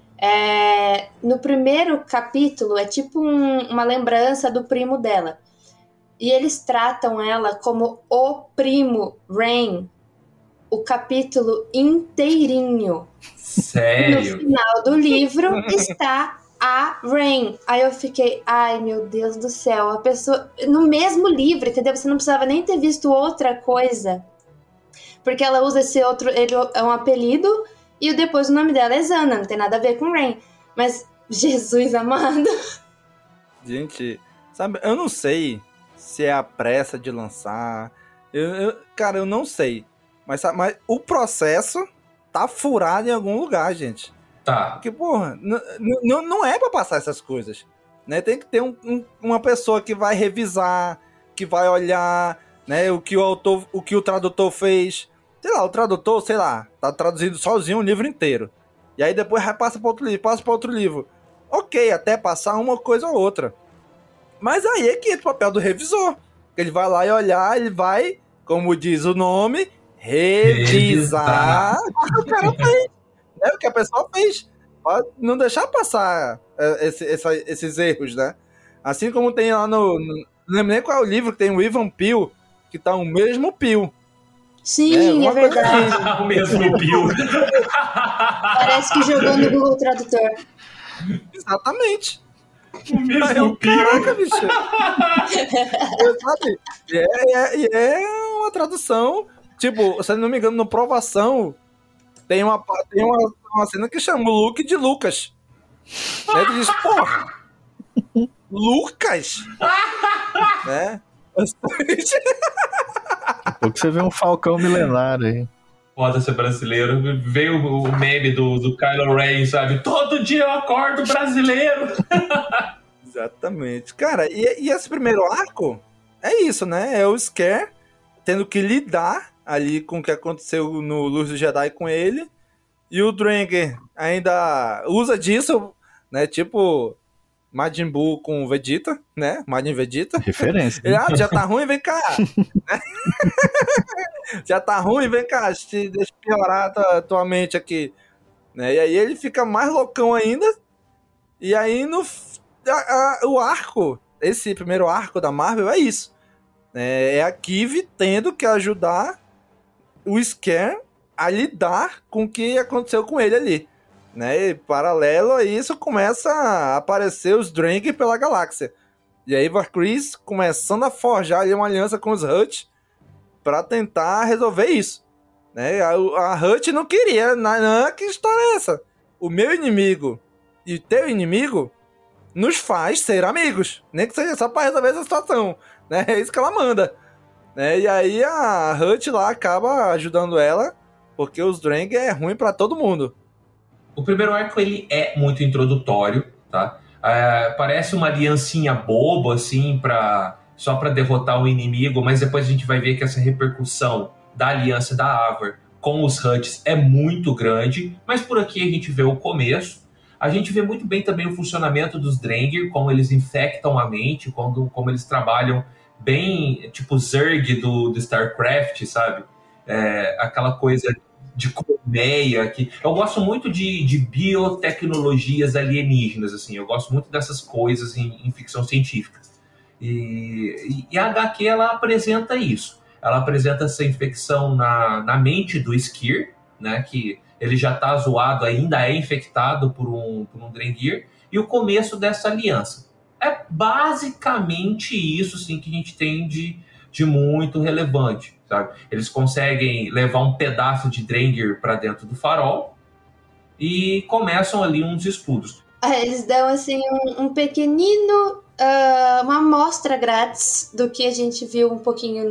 No primeiro capítulo é tipo uma lembrança do primo dela. E eles tratam ela como o primo Rain, o capítulo inteirinho. Sério? No final do livro está a Rain. Aí eu fiquei, ai meu Deus do céu, a pessoa, no mesmo livro, entendeu? Você não precisava nem ter visto outra coisa. Porque ela usa esse outro, ele é um apelido, e depois o nome dela é Zana, não tem nada a ver com Rain. Mas, Jesus amado. Gente, sabe, eu não sei se é a pressa de lançar. Cara, eu não sei. Mas o processo tá furado em algum lugar, gente. Tá. Porque, porra, não é pra passar essas coisas. Né? Tem que ter uma pessoa que vai revisar, que vai olhar, né, o que o tradutor fez. Sei lá, o tradutor, tá traduzindo sozinho um livro inteiro. E aí depois passa pra outro livro. Ok, até passar uma coisa ou outra. Mas aí é que entra o papel do revisor. Ele vai lá e olhar, ele vai, como diz o nome, revisar o que o cara fez. É o que a pessoa fez. Pode não deixar passar esses erros, né? Assim como tem lá no... Não lembro nem qual é o livro, que tem o Ivan Peel, que tá o mesmo Peel. Sim, é verdade. O mesmo Peel. Parece que jogou no Google Tradutor. Exatamente. O mesmo Peel. Caraca, bicho. Sabe? E é uma tradução... Tipo, se não me engano, no Provação, tem uma cena que chama o Luke de Lucas. Aí ele diz, porra, Lucas? Né? Daqui a pouco você vê um Falcão milenário aí. Pode ser brasileiro. Veio o meme do Kylo Ren, sabe? Todo dia eu acordo brasileiro. Exatamente. Cara, e esse primeiro arco é isso, né? É o Scare tendo que lidar ali com o que aconteceu no Luz do Jedi com ele. E o Dranger ainda usa disso, né? Tipo Majin Buu com o Vegeta, né? Majin Vegeta. Referência. Ele, já tá ruim, vem cá. Já tá ruim, vem cá. Deixa eu piorar tua mente aqui. Né? E aí ele fica mais loucão ainda. E aí o arco, esse primeiro arco da Marvel é isso. É a Kiv tendo que ajudar o Scare a lidar com o que aconteceu com ele ali. Né? E paralelo a isso, começa a aparecer os Drang pela galáxia. E aí Varkris começando a forjar ali uma aliança com os Hutt para tentar resolver isso. Né? A Hutt não queria. Não, que história é essa? O meu inimigo e o teu inimigo nos faz ser amigos. Nem que seja só para resolver essa situação. Né? É isso que ela manda. Né? E aí a Hutt lá acaba ajudando ela, porque os Drang é ruim para todo mundo. O primeiro arco ele é muito introdutório, tá? Parece uma aliancinha boba, assim, só para derrotar o inimigo, mas depois a gente vai ver que essa repercussão da aliança da Avar com os Hutts é muito grande, mas por aqui a gente vê o começo. A gente vê muito bem também o funcionamento dos Drengir, como eles infectam a mente, como eles trabalham bem, tipo Zerg do StarCraft, sabe? Aquela coisa de colmeia. Eu gosto muito de biotecnologias alienígenas, assim. Eu gosto muito dessas coisas em ficção científica. E a HQ, ela apresenta isso. Ela apresenta essa infecção na mente do Skir, né? Que ele já está zoado, ainda é infectado por um Drengir. E o começo dessa aliança. É basicamente isso, assim, que a gente tem de muito relevante, sabe? Eles conseguem levar um pedaço de Drengir para dentro do farol e começam ali uns estudos. Eles dão, assim, um pequenino... uma amostra grátis do que a gente viu um pouquinho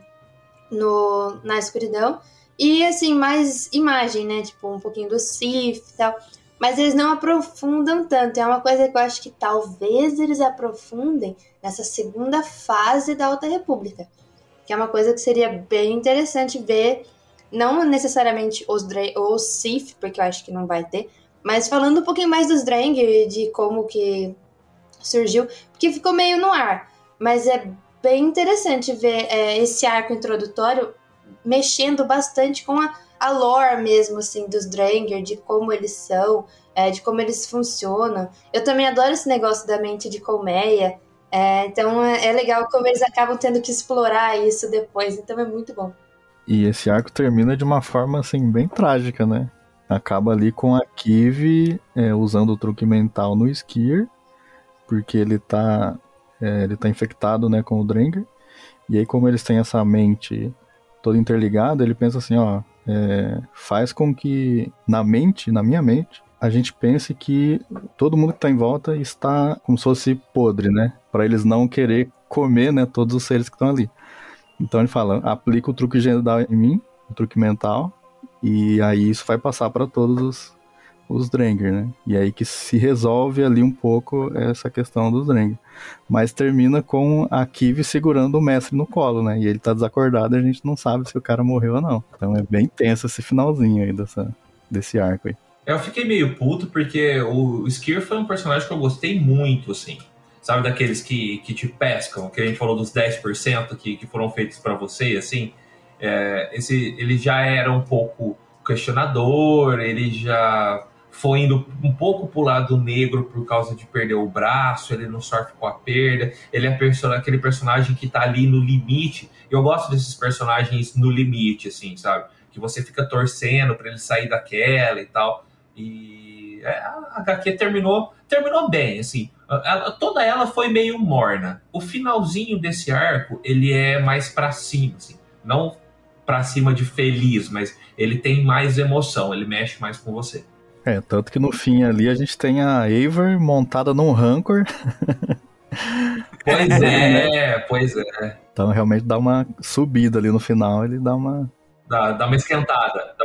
na escuridão. E, assim, mais imagem, né? Tipo, um pouquinho do Sith e tal. Mas eles não aprofundam tanto. É uma coisa que eu acho que talvez eles aprofundem nessa segunda fase da Alta República. Que é uma coisa que seria bem interessante ver. Não necessariamente os Sith, porque eu acho que não vai ter. Mas falando um pouquinho mais dos Drengir, de como que surgiu. Porque ficou meio no ar. Mas é bem interessante ver esse arco introdutório mexendo bastante com a lore mesmo, assim, dos Drengir, de como eles são, de como eles funcionam. Eu também adoro esse negócio da mente de colmeia, então é legal como eles acabam tendo que explorar isso depois, então é muito bom. E esse arco termina de uma forma, assim, bem trágica, né? Acaba ali com a Kiv usando o truque mental no Skir, porque ele tá infectado, né, com o Drengir, e aí como eles têm essa mente toda interligada, ele pensa assim, faz com que na minha mente, a gente pense que todo mundo que está em volta está como se fosse podre, né? Para eles não querer comer, né, todos os seres que estão ali. Então ele fala, aplica o truque Jedi em mim, o truque mental, e aí isso vai passar para todos os Drengir, né? E aí que se resolve ali um pouco essa questão dos Drengir. Mas termina com a Kiv segurando o mestre no colo, né? E ele tá desacordado e a gente não sabe se o cara morreu ou não. Então é bem tenso esse finalzinho aí desse arco aí. Eu fiquei meio puto porque o Skir foi um personagem que eu gostei muito, assim. sabe, daqueles que te pescam, que a gente falou dos 10% que foram feitos para você, assim, ele já era um pouco questionador, ele já foi indo um pouco pro lado negro por causa de perder o braço, ele não sofre com a perda, ele é aquele personagem que tá ali no limite. Eu gosto desses personagens no limite, assim, sabe? Que você fica torcendo pra ele sair daquela e tal. E a HQ terminou bem, assim. Toda ela foi meio morna. O finalzinho desse arco, ele é mais pra cima, assim. Não pra cima de feliz, mas ele tem mais emoção, ele mexe mais com você. Tanto que no fim ali a gente tem a Eivor montada num Rancor. Pois é. Então realmente dá uma subida ali no final, ele dá uma... Dá uma esquentada.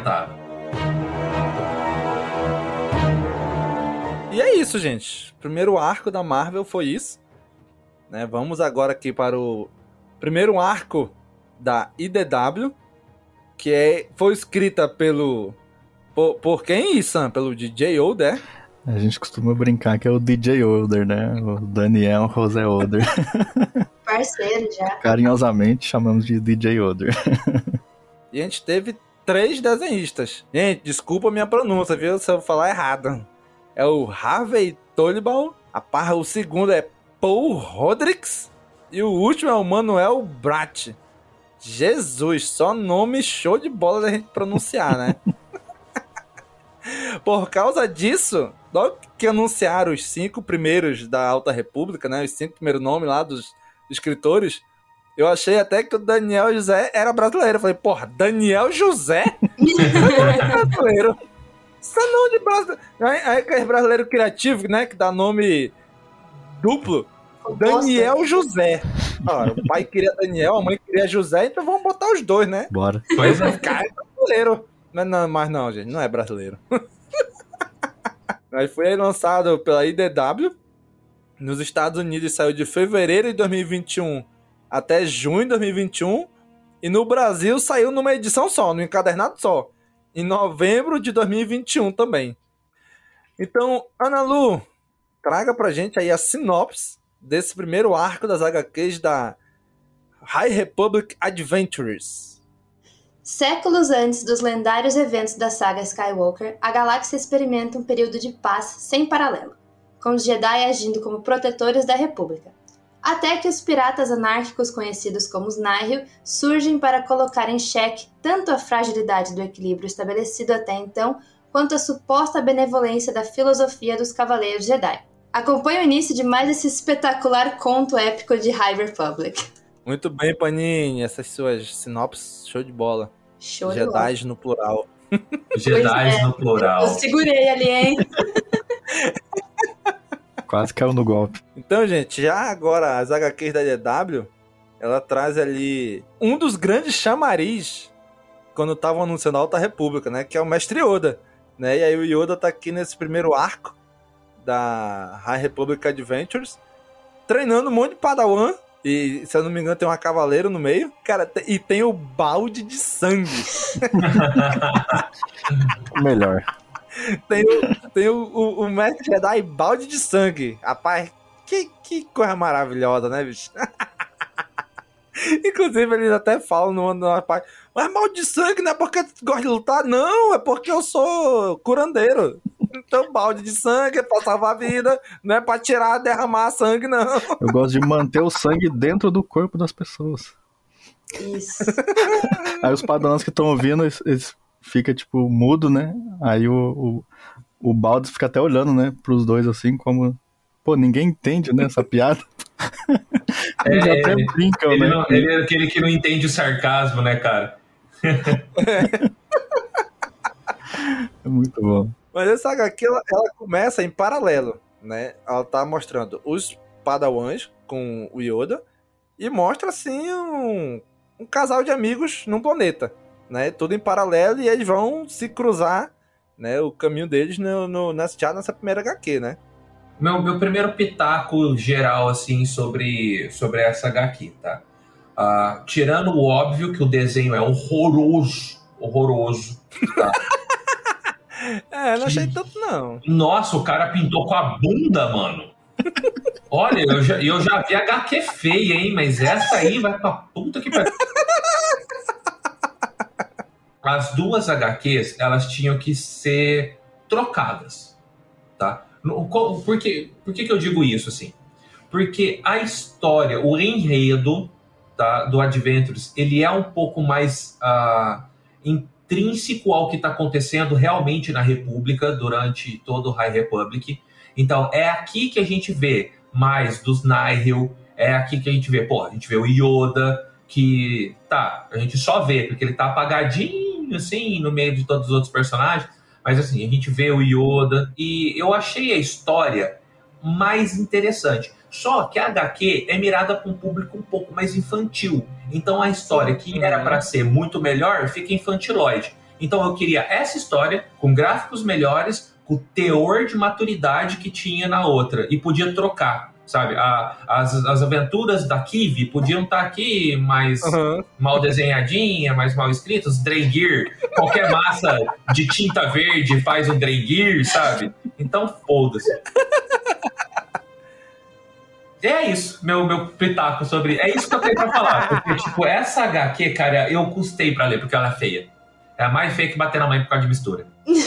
E é isso, gente. Primeiro arco da Marvel foi isso. Né? Vamos agora aqui para o primeiro arco da IDW, que foi escrita por quem, Sam? Pelo DJ Older? A gente costuma brincar que é o DJ Older, né? O Daniel José Older. Parceiro já. Carinhosamente chamamos de DJ Older. E a gente teve 3 desenhistas. Gente, desculpa a minha pronúncia, viu? Se eu falar errado. É o Harvey Tolibal. O segundo é Paul Rodrigues. E o último é o Manuel Brat. Jesus, só nome show de bola da gente pronunciar, né? Por causa disso, logo que anunciaram os 5 primeiros da Alta República, né? Os 5 primeiros nomes lá dos escritores, eu achei até que o Daniel José era brasileiro. Eu falei, porra, Daniel José? Brasileiro. Isso é nome de brasileiro. Aí aquele brasileiro criativo, né? Que dá nome duplo. Daniel José. O pai queria Daniel, a mãe queria José, então vamos botar os dois, né? Bora. Pois é. Cara, é brasileiro. Mas não, gente, não é brasileiro. Aí foi lançado pela IDW. Nos Estados Unidos saiu de fevereiro de 2021 até junho de 2021. E no Brasil saiu numa edição só, num encadernado só. Em novembro de 2021 também. Então, Ana Lu, traga pra gente aí a sinopse desse primeiro arco das HQs da High Republic Adventures. Séculos antes dos lendários eventos da saga Skywalker, a galáxia experimenta um período de paz sem paralelo, com os Jedi agindo como protetores da República. Até que os piratas anárquicos conhecidos como os Nihil surgem para colocar em xeque tanto a fragilidade do equilíbrio estabelecido até então, quanto a suposta benevolência da filosofia dos Cavaleiros Jedi. Acompanhe o início de mais esse espetacular conto épico de High Republic. Muito bem, Panini. Essas suas sinopses, show de bola. Show de bola. Jedis no plural. Jedis no plural. Eu segurei ali, hein? Quase caiu no golpe. Então, gente, já agora as HQs da DW, ela traz ali um dos grandes chamariz quando estavam anunciando a Alta República, né? Que é o Mestre Yoda, né? E aí o Yoda tá aqui nesse primeiro arco da High Republic Adventures, treinando um monte de Padawan. E, se eu não me engano, tem uma cavaleiro no meio. Cara, e tem o balde de sangue. Melhor. Tem o Mestre Jedi balde de sangue. Rapaz, que coisa maravilhosa, né, bicho? Inclusive, eles até falam no parte, mas balde de sangue não é porque tu gosta de lutar? Não, é porque eu sou curandeiro. Então, balde de sangue é pra salvar a vida, não é pra derramar sangue, não. Eu gosto de manter o sangue dentro do corpo das pessoas. Isso. Aí os padrões que estão ouvindo, eles ficam, tipo, mudo, né? Aí o balde fica até olhando, né, pros dois, assim, como... Pô, ninguém entende, né, essa piada. Eles até brincam, ele né? Não, ele é aquele que não entende o sarcasmo, né, cara? É muito bom. Mas essa HQ, ela começa em paralelo, né? Ela tá mostrando os Padawans com o Yoda e mostra, assim, um casal de amigos num planeta, né? Tudo em paralelo e eles vão se cruzar, né? O caminho deles já nessa primeira HQ, né? Meu primeiro pitaco geral, assim, sobre essa HQ, tá? Tirando o óbvio que o desenho é horroroso, tá? Não achei tanto, não. Nossa, o cara pintou com a bunda, mano. Olha, eu já vi HQ feia, hein? Mas essa aí vai pra puta que pariu. As duas HQs, elas tinham que ser trocadas, tá? Por que eu digo isso, assim? Porque a história, o enredo, tá, do Adventures, ele é um pouco mais intrínseco ao que está acontecendo realmente na República durante todo o High Republic. Então, é aqui que a gente vê mais dos Nihil, é aqui que a gente vê, a gente vê o Yoda, que, a gente só vê, porque ele tá apagadinho, assim, no meio de todos os outros personagens, mas, assim, a gente vê o Yoda, e eu achei a história mais interessante. Só que a HQ é mirada para um público um pouco mais infantil. Então a história que era para ser muito melhor fica infantiloide. Então eu queria essa história com gráficos melhores, com o teor de maturidade que tinha na outra. E podia trocar, sabe? As aventuras da Kiwi podiam estar aqui mais mal desenhadinha, mais mal escritas. Drengir, qualquer massa de tinta verde faz um Drengir, sabe? Então foda-se. É isso, meu pitaco sobre... É isso que eu tenho pra falar. Porque, tipo, essa HQ, cara, eu custei pra ler, porque ela é feia. É a mais feia que bater na mãe por causa de mistura.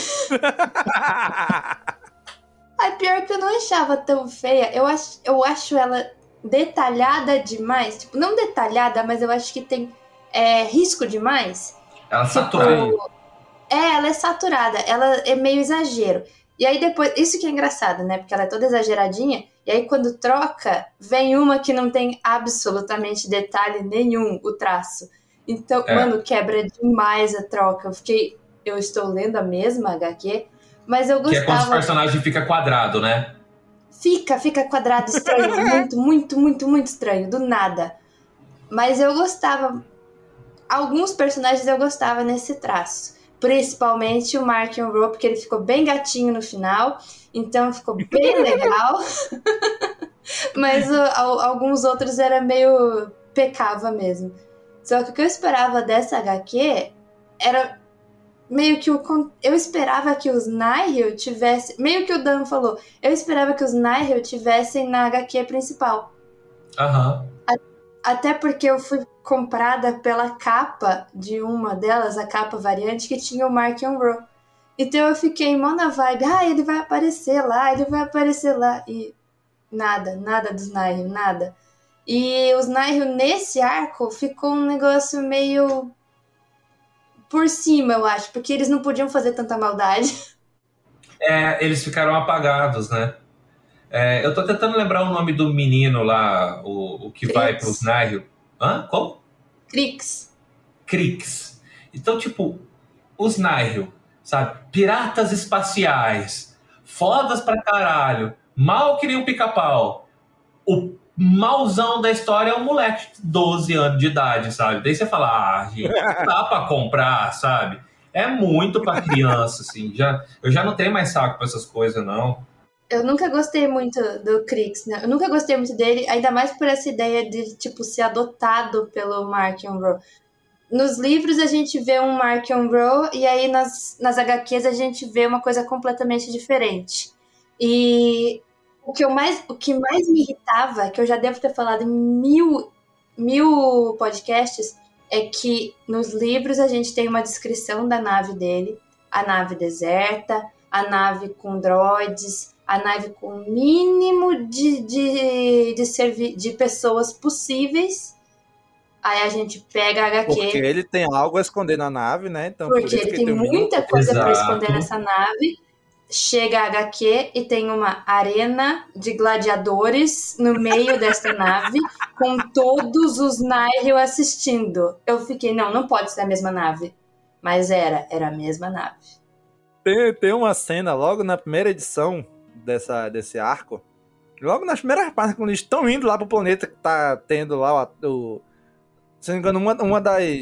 Pior que eu não achava tão feia. Eu acho ela detalhada demais. Tipo, não detalhada, mas eu acho que tem risco demais. Ela é saturada. Ela é saturada. Ela é meio exagero. E aí depois... Isso que é engraçado, né? Porque ela é toda exageradinha. E aí, quando troca, vem uma que não tem absolutamente detalhe nenhum, o traço. Então, mano, quebra demais a troca. Eu estou lendo a mesma HQ, mas eu gostava... Que é quando o personagem fica quadrado, né? Fica quadrado, estranho. Muito, muito, muito, muito estranho, do nada. Mas eu gostava... Alguns personagens eu gostava nesse traço. Principalmente o Mark Monroe, porque ele ficou bem gatinho no final... Então ficou bem legal. Mas alguns outros era meio... pecava mesmo. Só que o que eu esperava dessa HQ era meio que eu esperava que os Nihil tivessem... Meio que o Dan falou. Eu esperava que os Nihil tivessem na HQ principal. Até porque eu fui comprada pela capa de uma delas, a capa variante, que tinha o Mark Monroe. Então eu fiquei mó na vibe, ele vai aparecer lá, e nada dos Nihil, nada. E os Nihil nesse arco ficou um negócio meio por cima, eu acho, porque eles não podiam fazer tanta maldade. Eles ficaram apagados, né? Eu tô tentando lembrar o nome do menino lá, o que vai pros Nihil. Como? Krix. Então, tipo, os Nihil, sabe? Piratas espaciais, fodas pra caralho, mal que nem um pica-pau. O mauzão da história é um moleque de 12 anos de idade, sabe? Daí você fala, gente, não dá pra comprar, sabe? É muito pra criança, assim. Eu já não tenho mais saco pra essas coisas, não. Eu nunca gostei muito do Krix, né? Eu nunca gostei muito dele, ainda mais por essa ideia de, tipo, ser adotado pelo Mark Monroe. Nos livros a gente vê um Mark Monroe e aí nas HQs a gente vê uma coisa completamente diferente. E o que mais me irritava, que eu já devo ter falado em mil podcasts, é que nos livros a gente tem uma descrição da nave dele, a nave deserta, a nave com droids, a nave com o mínimo de pessoas possíveis. Aí a gente pega a HQ... Porque ele tem algo a esconder na nave, né? Então, porque ele tem muita coisa para esconder nessa nave. Chega a HQ e tem uma arena de gladiadores no meio dessa nave, com todos os Nihil assistindo. Eu fiquei, não pode ser a mesma nave. Mas era a mesma nave. Tem uma cena logo na primeira edição desse arco. Logo nas primeiras partes, quando eles estão indo lá pro planeta que tá tendo lá se não me engano, uma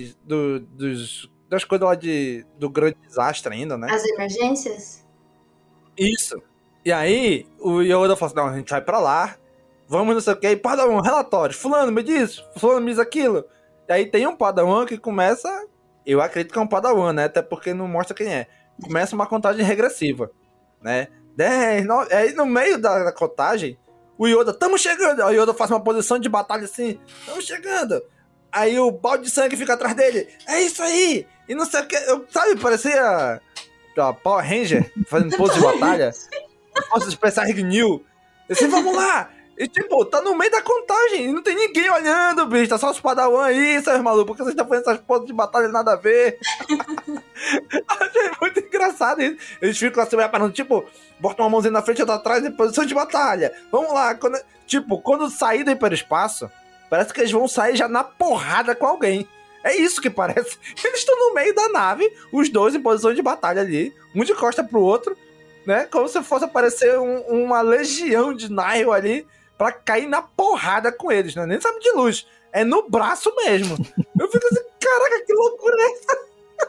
das coisas lá do grande desastre ainda, né? As emergências? Isso. E aí, o Yoda falou assim, não, a gente vai pra lá, vamos não sei o que, e Padawan, relatório, fulano me diz, fulano me diz aquilo. E aí tem um Padawan que começa, eu acredito que é um Padawan, né? Até porque não mostra quem é. Começa uma contagem regressiva, né? 10, 9, aí no meio da contagem, O Yoda, tamo chegando. Aí o Yoda faz uma posição de batalha assim, tamo chegando. Aí o balde de sangue fica atrás dele. É isso aí! E não sei o que. Sabe, parecia Power Ranger fazendo pose de batalha. Forças especiais New. Eu disse, vamos lá! E tipo, tá no meio da contagem. E não tem ninguém olhando, bicho. Tá só os padawan aí, seus malucos. Por que vocês estão fazendo essas poses de batalha nada a ver? Achei muito engraçado isso. Eles ficam assim, parando, tipo, botam uma mãozinha na frente e outra atrás em posição de batalha. Vamos lá. Quando sair do hiperespaço, parece que eles vão sair já na porrada com alguém. É isso que parece. Eles estão no meio da nave, os dois em posição de batalha ali, um de costa pro outro, né? Como se fosse aparecer uma legião de Nihil ali pra cair na porrada com eles, né? Nem sabe de luz. É no braço mesmo. Eu fico assim, caraca, que loucura é essa?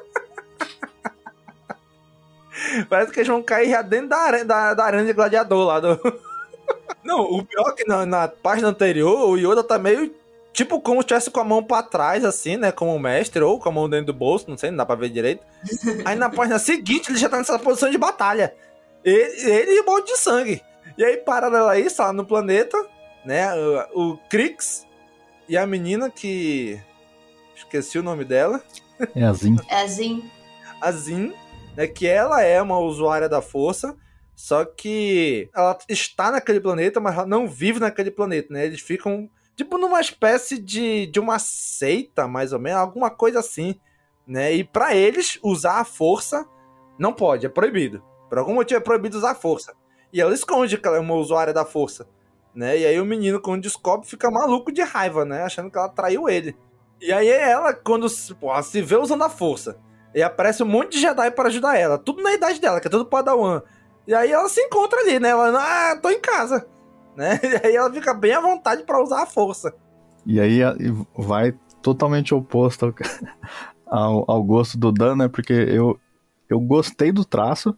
Parece que eles vão cair já dentro da arena de gladiador lá. Não, o pior é que na página anterior, o Yoda tá meio tipo como se estivesse com a mão pra trás, assim, né? Como o mestre, ou com a mão dentro do bolso, não sei, não dá pra ver direito. Aí na página seguinte, ele já tá nessa posição de batalha. Ele e o balde de sangue. E aí, paralelo a isso, lá no planeta, né? O Krix e a menina que... esqueci o nome dela. É a Zin. A Zin, né? Que ela é uma usuária da força, só que ela está naquele planeta, mas ela não vive naquele planeta, né? Eles ficam... tipo numa espécie de uma seita, mais ou menos, alguma coisa assim, né? E pra eles, usar a força não pode, é proibido. Por algum motivo é proibido usar a força. E ela esconde que ela é uma usuária da força, né? E aí o menino, quando descobre, fica maluco de raiva, né? Achando que ela traiu ele. E aí ela, quando ela se vê usando a força, e aparece um monte de Jedi para ajudar ela, tudo na idade dela, que é tudo Padawan. E aí ela se encontra ali, né? Ela, tô em casa. Né? E aí ela fica bem à vontade pra usar a força. E aí vai totalmente oposto ao gosto do Dan, né? Porque eu gostei do traço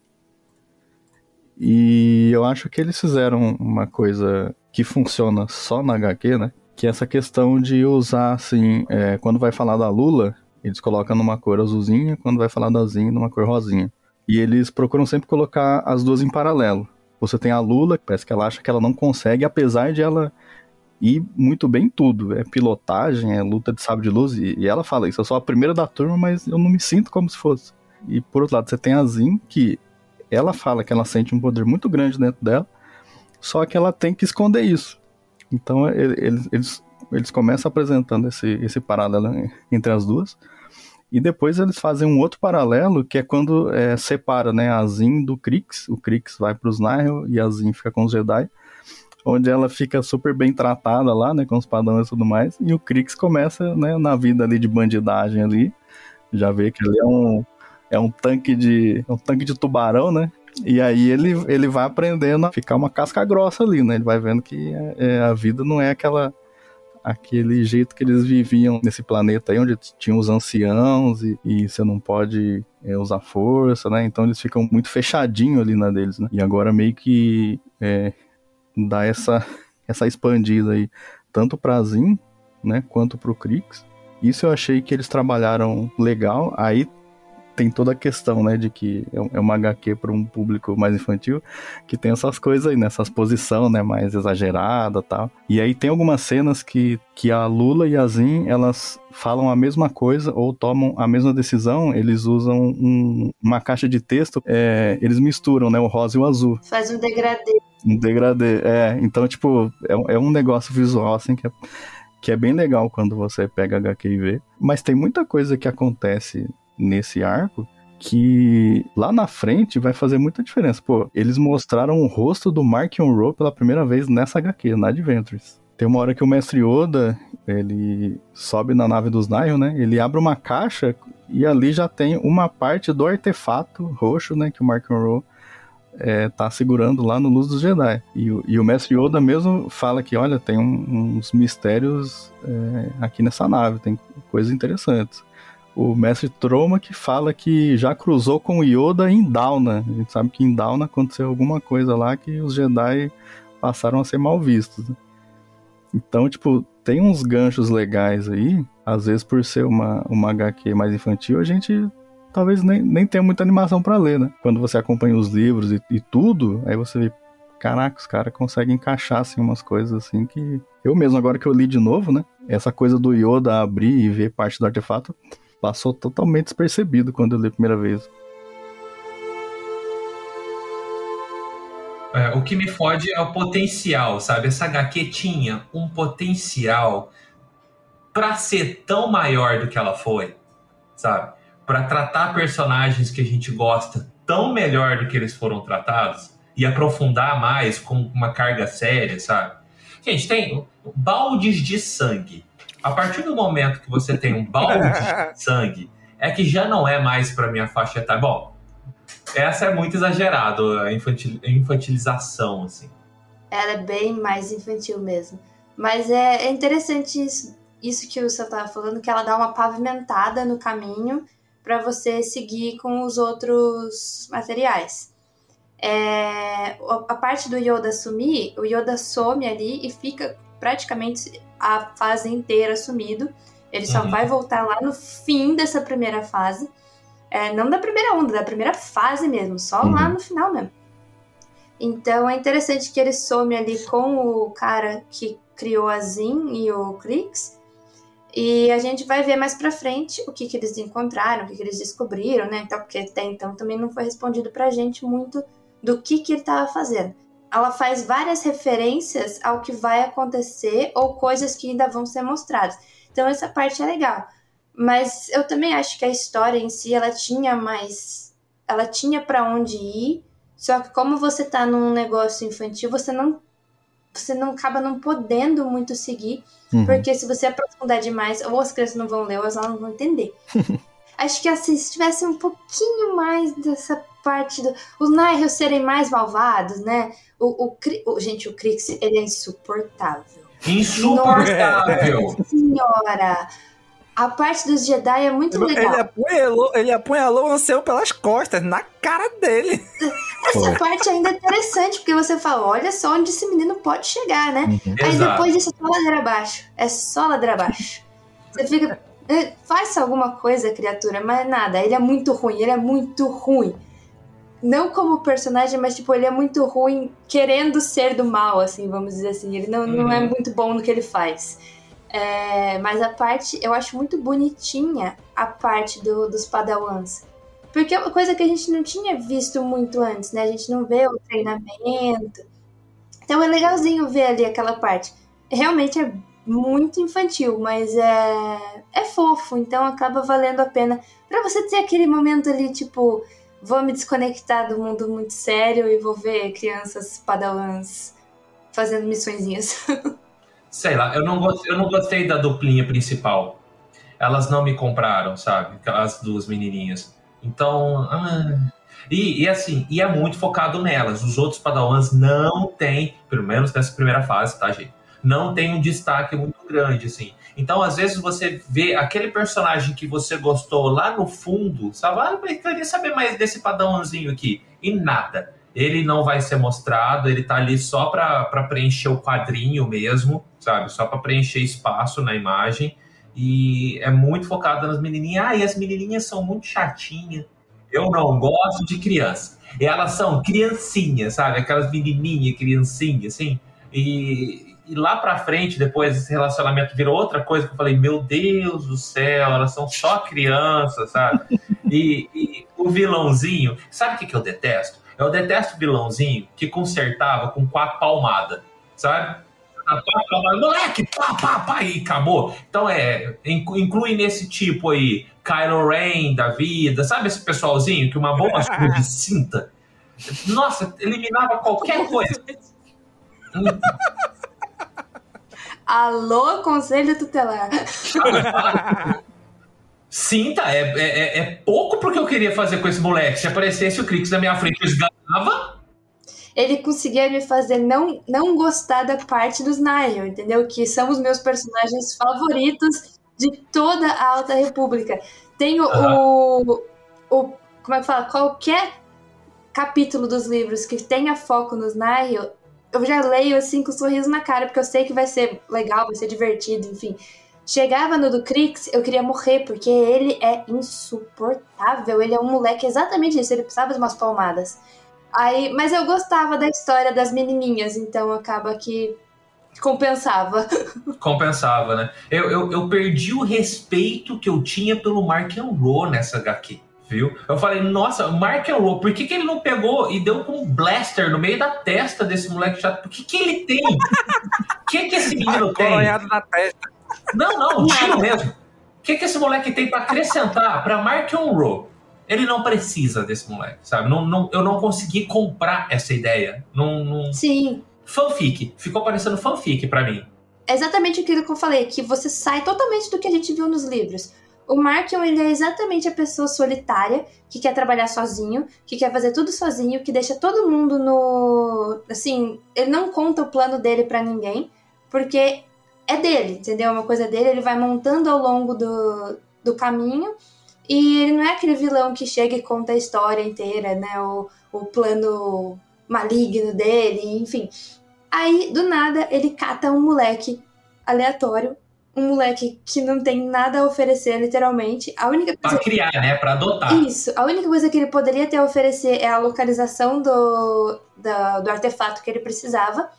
e eu acho que eles fizeram uma coisa que funciona só na HQ, né? Que é essa questão de usar, assim, quando vai falar da Lula, eles colocam numa cor azulzinha, quando vai falar da Zin, numa cor rosinha. E eles procuram sempre colocar as duas em paralelo. Você tem a Lula, que parece que ela acha que ela não consegue, apesar de ela ir muito bem em tudo. É pilotagem, é luta de sabre de luz, e ela fala isso. Eu sou a primeira da turma, mas eu não me sinto como se fosse. E por outro lado, você tem a Zin, que ela fala que ela sente um poder muito grande dentro dela, só que ela tem que esconder isso. Então eles começam apresentando esse paralelo entre as duas. E depois eles fazem um outro paralelo, que é quando separa, né, a Zin do Krix. O Krix vai para os Nihil e a Zin fica com os Jedi, onde ela fica super bem tratada lá, né, com os padrões e tudo mais. E o Krix começa, né, na vida ali de bandidagem ali. Já vê que ele é um tanque de tubarão, né? E aí ele vai aprendendo a ficar uma casca grossa ali, né? Ele vai vendo que a vida não é aquele jeito que eles viviam nesse planeta aí, onde tinham os anciãos e você não pode usar força, né? Então eles ficam muito fechadinhos ali na deles, né? E agora meio que dá essa expandida aí, tanto pra Zin, né, quanto pro Krix. Isso eu achei que eles trabalharam legal. Aí tem toda a questão, né, de que é uma HQ para um público mais infantil, que tem essas coisas aí, né, essas posições, né, mais exageradas e tal. E aí tem algumas cenas que a Lula e a Zin, elas falam a mesma coisa ou tomam a mesma decisão, eles usam uma caixa de texto, eles misturam, né, o rosa e o azul. Faz um degradê. Um degradê, então, tipo, é um negócio visual, assim, que é bem legal quando você pega HQ e vê. Mas tem muita coisa que acontece nesse arco que lá na frente vai fazer muita diferença. Pô, eles mostraram o rosto do Mark Monroe pela primeira vez nessa HQ, na Adventures. Tem uma hora que o Mestre Yoda, ele sobe na nave dos Nihil, né? Ele abre uma caixa e ali já tem uma parte do artefato roxo, né? Que o Mark Monroe tá segurando lá no Luz dos Jedi. E o Mestre Yoda mesmo fala que, olha, tem uns mistérios aqui nessa nave, tem coisas interessantes. O Mestre Troma que fala que já cruzou com o Yoda em Dauna. A gente sabe que em Dauna aconteceu alguma coisa lá que os Jedi passaram a ser mal vistos, né? Então, tipo, tem uns ganchos legais aí. Às vezes, por ser uma HQ mais infantil, a gente talvez nem tenha muita animação pra ler, né? Quando você acompanha os livros e tudo, aí você vê, caraca, os caras conseguem encaixar, assim, umas coisas, assim, que... Eu mesmo, agora que eu li de novo, né, essa coisa do Yoda abrir e ver parte do artefato, passou totalmente despercebido quando eu li a primeira vez. O que me fode é o potencial, sabe? Essa HQ tinha um potencial pra ser tão maior do que ela foi, sabe? Pra tratar personagens que a gente gosta tão melhor do que eles foram tratados e aprofundar mais com uma carga séria, sabe? Gente, tem baldes de sangue. A partir do momento que você tem um balde de sangue, é que já não é mais pra minha faixa etária. Bom, essa é muito exagerado, a infantilização, assim. Ela é bem mais infantil mesmo. Mas é interessante isso que você estava falando, que ela dá uma pavimentada no caminho para você seguir com os outros materiais. A parte do Yoda sumir, o Yoda some ali e fica praticamente a fase inteira sumido. Ele só vai voltar lá no fim dessa primeira fase. Não da primeira onda, da primeira fase mesmo, só lá no final mesmo. Então é interessante que ele some ali com o cara que criou a Zin e o Krix. E a gente vai ver mais pra frente o que eles encontraram, o que eles descobriram, né? Então, porque até então também não foi respondido pra gente muito do que ele tava fazendo. Ela faz várias referências ao que vai acontecer ou coisas que ainda vão ser mostradas. Então essa parte é legal. Mas eu também acho que a história em si, ela tinha pra onde ir, só que como você tá num negócio infantil, você não acaba não podendo muito seguir, porque se você aprofundar demais, ou as crianças não vão ler, ou elas não vão entender. Acho que assim, se tivesse um pouquinho mais dessa parte os Nihil serem mais malvados, né? Gente, o Krix, ele é insuportável. Insuportável! Nossa senhora! A parte dos Jedi é muito legal. Ele apunhalou o Ancião pelas costas, na cara dele. Essa parte ainda é interessante, porque você fala, olha só onde esse menino pode chegar, né? Aí depois disso é só ladeira abaixo. É só ladeira abaixo. Você fica... Faça alguma coisa, criatura, mas nada. Ele é muito ruim. Não como personagem, mas tipo, ele é muito ruim querendo ser do mal, assim, vamos dizer assim. Ele não é muito bom no que ele faz. Mas a parte, eu acho muito bonitinha a parte dos Padawans. Porque é uma coisa que a gente não tinha visto muito antes, né? A gente não vê o treinamento. Então é legalzinho ver ali aquela parte. Realmente é muito infantil, mas é fofo, então acaba valendo a pena. Pra você ter aquele momento ali, tipo, vou me desconectar do mundo muito sério e vou ver crianças Padawans fazendo missõezinhas. Sei lá, eu não gostei da duplinha principal. Elas não me compraram, sabe? As duas menininhas. Então, e assim, e é muito focado nelas. Os outros Padawans não têm, pelo menos nessa primeira fase, tá, gente? Não tem um destaque muito grande, assim. Então, às vezes, você vê aquele personagem que você gostou lá no fundo, sabe? Eu queria saber mais desse Padawanzinho aqui. E nada. Ele não vai ser mostrado, ele tá ali só pra preencher o quadrinho mesmo, sabe? Só pra preencher espaço na imagem. E é muito focado nas menininhas. E as menininhas são muito chatinhas. Eu não gosto de criança. E elas são criancinhas, sabe? Aquelas menininhas, criancinhas, assim. E lá pra frente, depois, esse relacionamento virou outra coisa que eu falei, meu Deus do céu, elas são só crianças, sabe? E o vilãozinho, sabe o que eu detesto? Eu detesto o vilãozinho que consertava com 4 palmadas, sabe? Moleque, pá, e acabou. Então inclui nesse tipo aí, Kylo Ren da vida, sabe esse pessoalzinho que uma bomba de cinta? Nossa, eliminava qualquer coisa. Alô, Conselho Tutelar. Cinta é pouco porque eu queria fazer com esse moleque. Se aparecesse o Krix na minha frente, eu esganava. Ele conseguia me fazer não gostar da parte dos Nihil, entendeu? Que são os meus personagens favoritos de toda a Alta República. Tem como é que fala? Qualquer capítulo dos livros que tenha foco nos Nihil, eu já leio assim com um sorriso na cara, porque eu sei que vai ser legal, vai ser divertido, enfim. Chegava no do Krix, eu queria morrer, porque ele é insuportável. Ele é um moleque exatamente isso, ele precisava de umas palmadas. Aí, mas eu gostava da história das menininhas, então acaba que compensava. Compensava, né? Eu perdi o respeito que eu tinha pelo Mark Enroe nessa HQ, viu? Eu falei, nossa, Mark Enroe, por que ele não pegou e deu com um blaster no meio da testa desse moleque chato? O que ele tem? O que esse menino tem? Coronhado na testa. Não, tiro mesmo. O que esse moleque tem pra acrescentar pra Mark Enroe? Ele não precisa desse moleque, sabe? Eu não consegui comprar essa ideia. Sim. Fanfic. Ficou parecendo fanfic pra mim. É exatamente aquilo que eu falei, que você sai totalmente do que a gente viu nos livros. O Markion, ele é exatamente a pessoa solitária, que quer trabalhar sozinho, que quer fazer tudo sozinho, que deixa todo mundo no... Assim, ele não conta o plano dele pra ninguém, porque é dele, entendeu? Uma coisa dele, ele vai montando ao longo do caminho, e ele não é aquele vilão que chega e conta a história inteira, né? O plano maligno dele, enfim. Aí, do nada, ele cata um moleque aleatório, um moleque que não tem nada a oferecer, literalmente. A única coisa... Pra criar, né? Pra adotar. Isso. A única coisa que ele poderia ter a oferecer é a localização do artefato que ele precisava.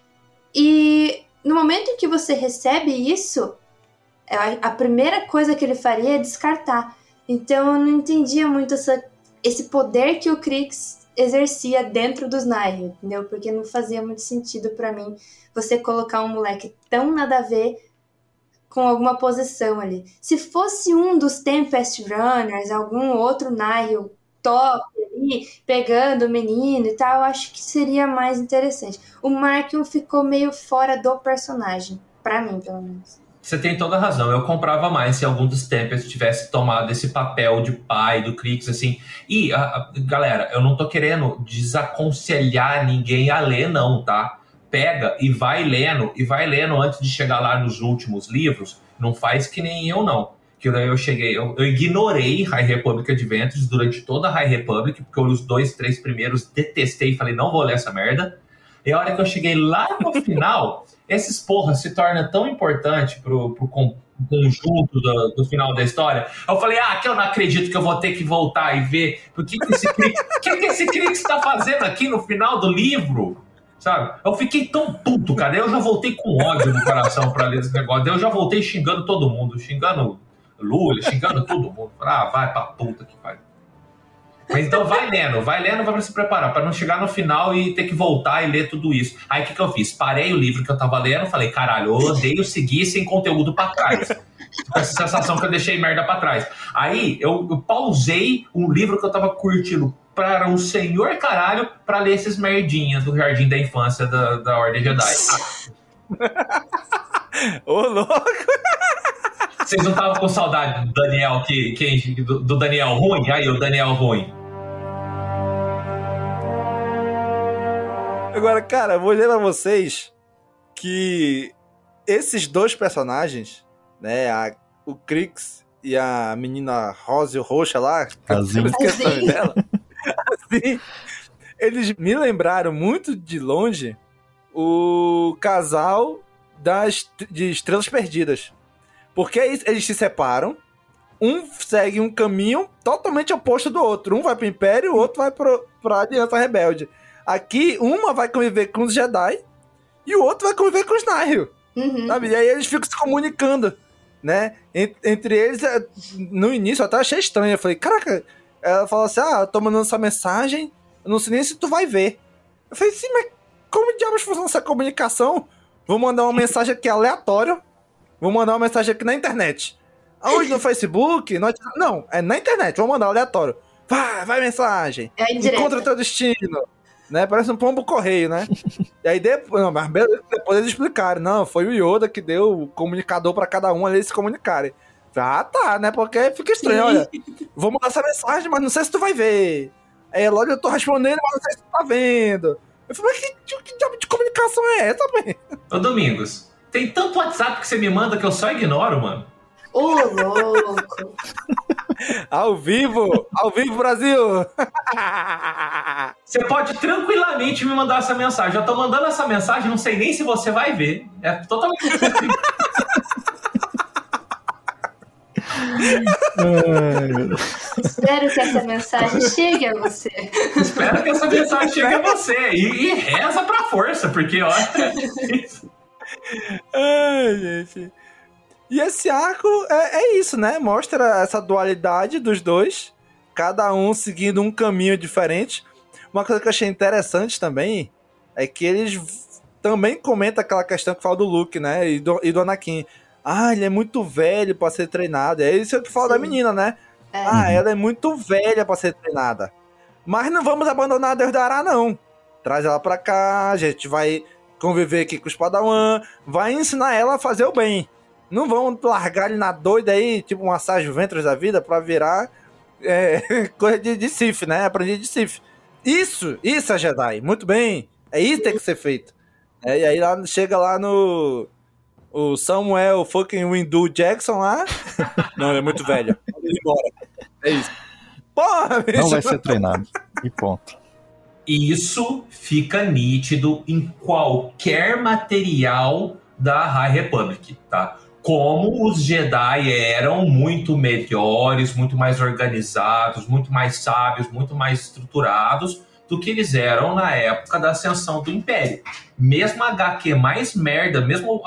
E no momento em que você recebe isso, a primeira coisa que ele faria é descartar. Então eu não entendia muito esse poder que o Krix exercia dentro dos Nihil, entendeu? Porque não fazia muito sentido pra mim você colocar um moleque tão nada a ver com alguma posição ali. Se fosse um dos Tempest Runners, algum outro Nihil top ali, pegando o menino e tal, eu acho que seria mais interessante. O Markion ficou meio fora do personagem, pra mim, pelo menos. Você tem toda a razão. Eu comprava mais se algum dos Tempest tivesse tomado esse papel de pai do Krix, assim. E, galera, eu não tô querendo desaconselhar ninguém a ler, não, tá? Pega e vai lendo antes de chegar lá nos últimos livros. Não faz que nem eu, não. Que daí eu ignorei High Republic Adventures durante toda a High Republic, porque os 2, 3 primeiros detestei e falei, não vou ler essa merda. E a hora que eu cheguei lá no final... Esses porras se tornam tão importante pro conjunto do final da história. Eu falei, que eu não acredito que eu vou ter que voltar e ver o que esse Krix tá fazendo aqui no final do livro, sabe? Eu fiquei tão puto, cara. Eu já voltei com ódio no coração pra ler esse negócio. Eu já voltei xingando todo mundo, xingando Lula, xingando todo mundo. Vai pra puta que vai. Mas então vai lendo, vai se preparar pra não chegar no final e ter que voltar e ler tudo isso. Aí o que eu fiz? Parei o livro que eu tava lendo, falei, caralho, eu odeio seguir sem conteúdo pra trás. Com essa sensação que eu deixei merda pra trás. Aí eu pausei um livro que eu tava curtindo para um senhor caralho pra ler esses merdinhas do Jardim da Infância da Ordem Jedi. Ô, louco! Vocês não estavam com saudade do Daniel, do Daniel ruim? Aí, o Daniel ruim. Agora, cara, eu vou dizer pra vocês que esses dois personagens, né, o Krix e a menina rosa e roxa lá, dela, assim, eles me lembraram muito de longe o casal de Estrelas Perdidas. Porque eles se separam, um segue um caminho totalmente oposto do outro. Um vai pro Império, o outro vai pra Aliança Rebelde. Aqui, uma vai conviver com os Jedi e o outro vai conviver com os Nihil. Sabe? E aí eles ficam se comunicando, né? Entre eles, no início, eu até achei estranho. Eu falei, caraca, ela falou assim, eu tô mandando essa mensagem, eu não sei nem se tu vai ver. Eu falei, sim, mas como diabos funciona essa comunicação? Vou mandar uma mensagem aqui aleatória. Vou mandar uma mensagem aqui na internet. Aonde? No Facebook? Não, é na internet. Vou mandar aleatório. Vai mensagem. Encontra teu destino. Né? Parece um pombo correio, né? E aí depois eles explicaram. Não, foi o Yoda que deu o comunicador pra cada um ali se comunicarem. Tá, né? Porque fica estranho, olha. Vou mandar essa mensagem, mas não sei se tu vai ver. Aí logo eu tô respondendo, mas não sei se tu tá vendo. Eu falei, mas que diabo de comunicação é essa, velho? Ô, Domingos, tem tanto WhatsApp que você me manda que eu só ignoro, mano. Ô, louco! Ao vivo, Brasil! Você pode tranquilamente me mandar essa mensagem. Eu tô mandando essa mensagem, não sei nem se você vai ver. É totalmente possível. Espero que essa mensagem chegue a você. Espero que essa mensagem chegue a você. E reza pra força, porque olha. Ai, gente. E esse arco é isso, né? Mostra essa dualidade dos dois, cada um seguindo um caminho diferente. Uma coisa que eu achei interessante também é que eles também comentam aquela questão que fala do Luke, né? E do Anakin. Ah, ele é muito velho pra ser treinado. É isso que fala da menina, né? Ela é muito velha pra ser treinada. Mas não vamos abandonar a Deus dará, não. Traz ela pra cá, a gente vai conviver aqui com os Padawan, vai ensinar ela a fazer o bem. Não vão largar ele na doida aí, tipo um Assage Ventress da vida, pra virar coisa de Sith, né? Aprendiz de Sith. Isso é Jedi. Muito bem. É isso que tem que ser feito. E aí lá, chega lá no... O Samuel fucking Windu Jackson lá. Não, ele é muito velho. Vamos embora. É isso. Porra, bicho. Não vai ser treinado. E ponto. Isso fica nítido em qualquer material da High Republic, tá? Como os Jedi eram muito melhores, muito mais organizados, muito mais sábios, muito mais estruturados do que eles eram na época da ascensão do Império. Mesmo a HQ mais merda, mesmo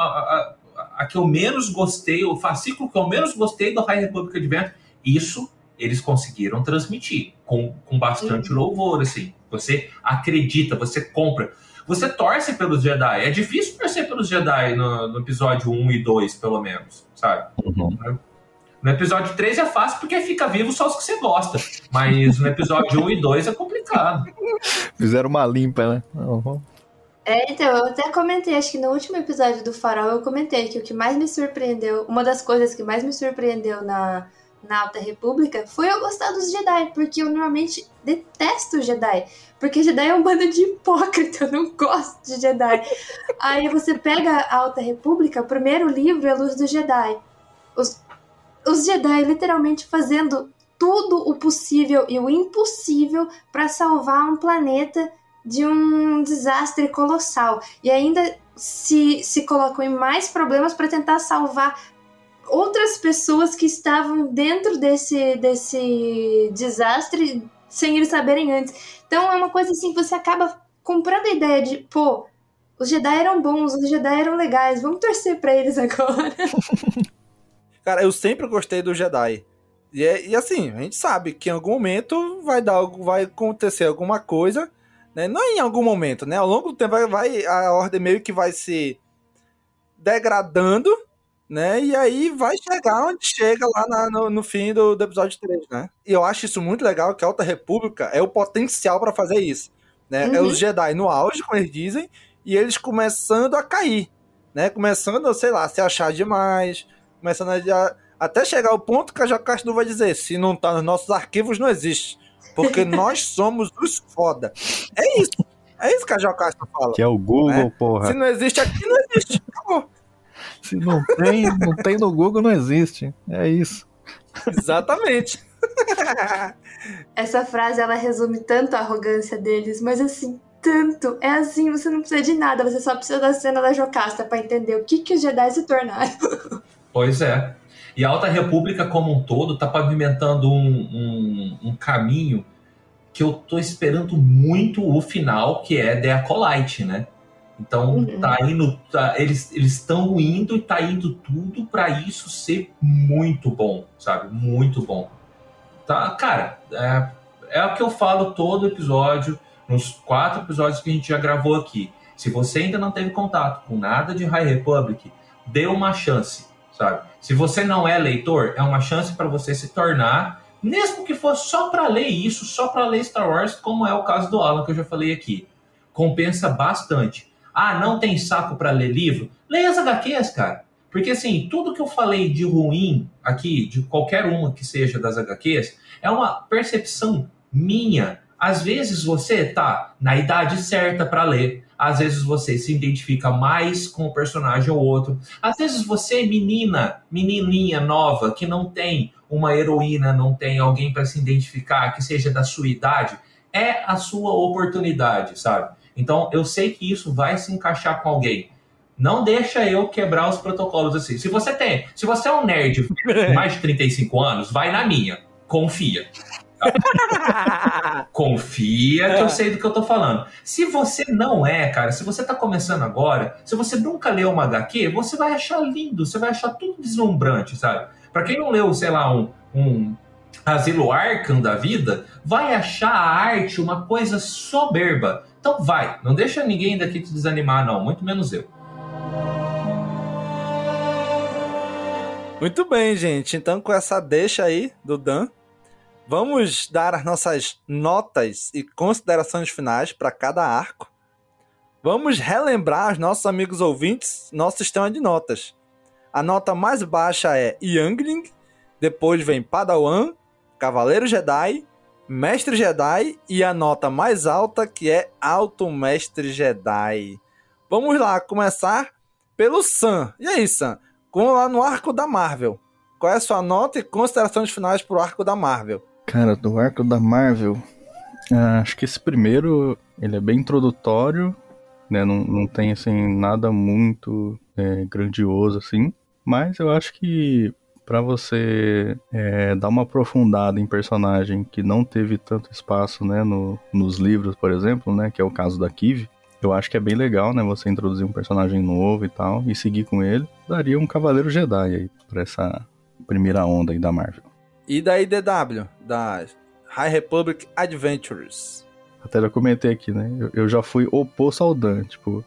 a que eu menos gostei, o fascículo que eu menos gostei do High Republic Adventure, isso eles conseguiram transmitir com bastante louvor, assim. Você acredita, você compra, você torce pelos Jedi. É difícil torcer pelos Jedi no episódio 1 e 2, pelo menos, sabe? Uhum. No episódio 3 é fácil porque fica vivo só os que você gosta. Mas no episódio 1 e 2 é complicado. Fizeram uma limpa, né? Uhum. Então, eu até comentei, acho que no último episódio do Farol eu comentei que o que mais me surpreendeu, uma das coisas que mais me surpreendeu na Alta República foi eu gostar dos Jedi, porque eu normalmente detesto Jedi, porque Jedi é um bando de hipócrita, eu não gosto de Jedi. Aí você pega a Alta República, o primeiro livro é a Luz do Jedi. Os Jedi literalmente fazendo tudo o possível e o impossível para salvar um planeta de um desastre colossal. E ainda se colocam em mais problemas para tentar salvar outras pessoas que estavam dentro desse desastre sem eles saberem antes. Então é uma coisa assim, você acaba comprando a ideia de, pô, os Jedi eram bons, os Jedi eram legais, vamos torcer pra eles agora. Cara, eu sempre gostei do Jedi. E assim, a gente sabe que em algum momento vai acontecer alguma coisa, né? Não em algum momento, né? Ao longo do tempo a ordem meio que vai se degradando, né? E aí vai chegar onde chega lá no fim do episódio 3, né? E eu acho isso muito legal, que a Alta República é o potencial para fazer isso, né? É os Jedi no auge, como eles dizem, e eles começando a cair, né? Começando, sei lá, se achar demais, começando até chegar ao ponto que a Jocasta vai dizer, se não tá nos nossos arquivos, não existe. Porque nós somos os foda. É isso que a Jocasta fala. Que é o Google, né? Porra. Se não existe aqui, não existe. Acabou. Se não tem no Google, não existe. É isso. Exatamente. Essa frase, ela resume tanto a arrogância deles, mas assim, tanto. É assim, você não precisa de nada, você só precisa da cena da Jocasta pra entender o que os Jedi se tornaram. Pois é. E a Alta República como um todo tá pavimentando um caminho que eu tô esperando muito o final, que é The Acolyte, né? Então tá indo, eles estão indo e tá indo tudo pra isso ser muito bom, sabe? Muito bom. Tá, cara, é o que eu falo todo episódio, nos 4 episódios que a gente já gravou aqui. Se você ainda não teve contato com nada de High Republic, dê uma chance, sabe? Se você não é leitor, é uma chance para você se tornar, mesmo que for só para ler isso, só para ler Star Wars, como é o caso do Alan, que eu já falei aqui. Compensa bastante. Ah, não tem saco para ler livro? Leia as HQs, cara. Porque, assim, tudo que eu falei de ruim aqui, de qualquer uma que seja das HQs, é uma percepção minha. Às vezes você tá na idade certa para ler. Às vezes você se identifica mais com o personagem ou outro. Às vezes você é menininha nova, que não tem uma heroína, não tem alguém para se identificar, que seja da sua idade. É a sua oportunidade, sabe? Então, eu sei que isso vai se encaixar com alguém. Não deixa eu quebrar os protocolos assim. Se você é um nerd de mais de 35 anos, vai na minha. confia. Confia que eu sei do que eu tô falando. Se você não é, cara, se você tá começando agora, se você nunca leu uma HQ, você vai achar lindo, você vai achar tudo deslumbrante, sabe? Pra quem não leu, sei lá, um Asilo Arkham da vida, vai achar a arte uma coisa soberba. Então vai, não deixa ninguém daqui te desanimar não, muito menos eu. Muito bem, gente. Então, com essa deixa aí do Dan, vamos dar as nossas notas e considerações finais para cada arco. Vamos relembrar aos nossos amigos ouvintes nosso sistema de notas. A nota mais baixa é Youngling, depois vem Padawan, Cavaleiro Jedi, Mestre Jedi e a nota mais alta que é Alto Mestre Jedi. Vamos lá, começar pelo Sam. E aí, Sam? Vamos lá no arco da Marvel. Qual é a sua nota e considerações finais pro arco da Marvel? Cara, do arco da Marvel, acho que esse primeiro, ele é bem introdutório, né? Não tem, assim, nada muito grandioso, assim. Mas eu acho que pra você dar uma aprofundada em personagem que não teve tanto espaço, né, nos livros, por exemplo, né, que é o caso da Kiv, eu acho que é bem legal, né, você introduzir um personagem novo e tal, e seguir com ele. Daria um Cavaleiro Jedi aí pra essa primeira onda aí da Marvel. E da IDW, da High Republic Adventures. Até já comentei aqui, né, eu já fui oposto ao Dan, tipo,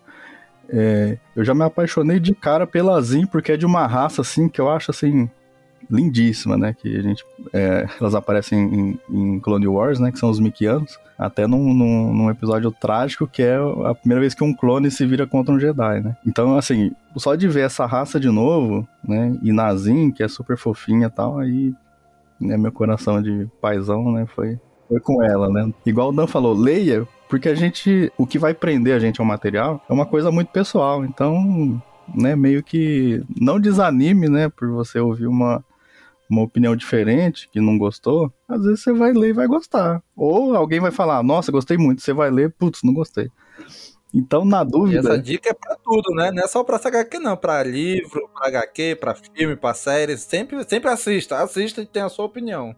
eu já me apaixonei de cara pela Zin, porque é de uma raça, assim, que eu acho, assim, lindíssima, né, que a gente, elas aparecem em Clone Wars, né, que são os Miquianos, até num episódio trágico, que é a primeira vez que um clone se vira contra um Jedi, né. Então, assim, só de ver essa raça de novo, né, e Nazin, que é super fofinha e tal, aí, né, meu coração de paizão, né, foi com ela, né. Igual o Dan falou, leia, porque o que vai prender a gente ao material é uma coisa muito pessoal, então, né, meio que não desanime, né, por você ouvir uma opinião diferente, que não gostou, às vezes você vai ler e vai gostar. Ou alguém vai falar, nossa, gostei muito, você vai ler, putz, não gostei. Então, na dúvida... E essa dica é pra tudo, né? Não é só pra essa HQ, não. Pra livro, pra HQ, pra filme, pra série. Sempre assista e tenha a sua opinião.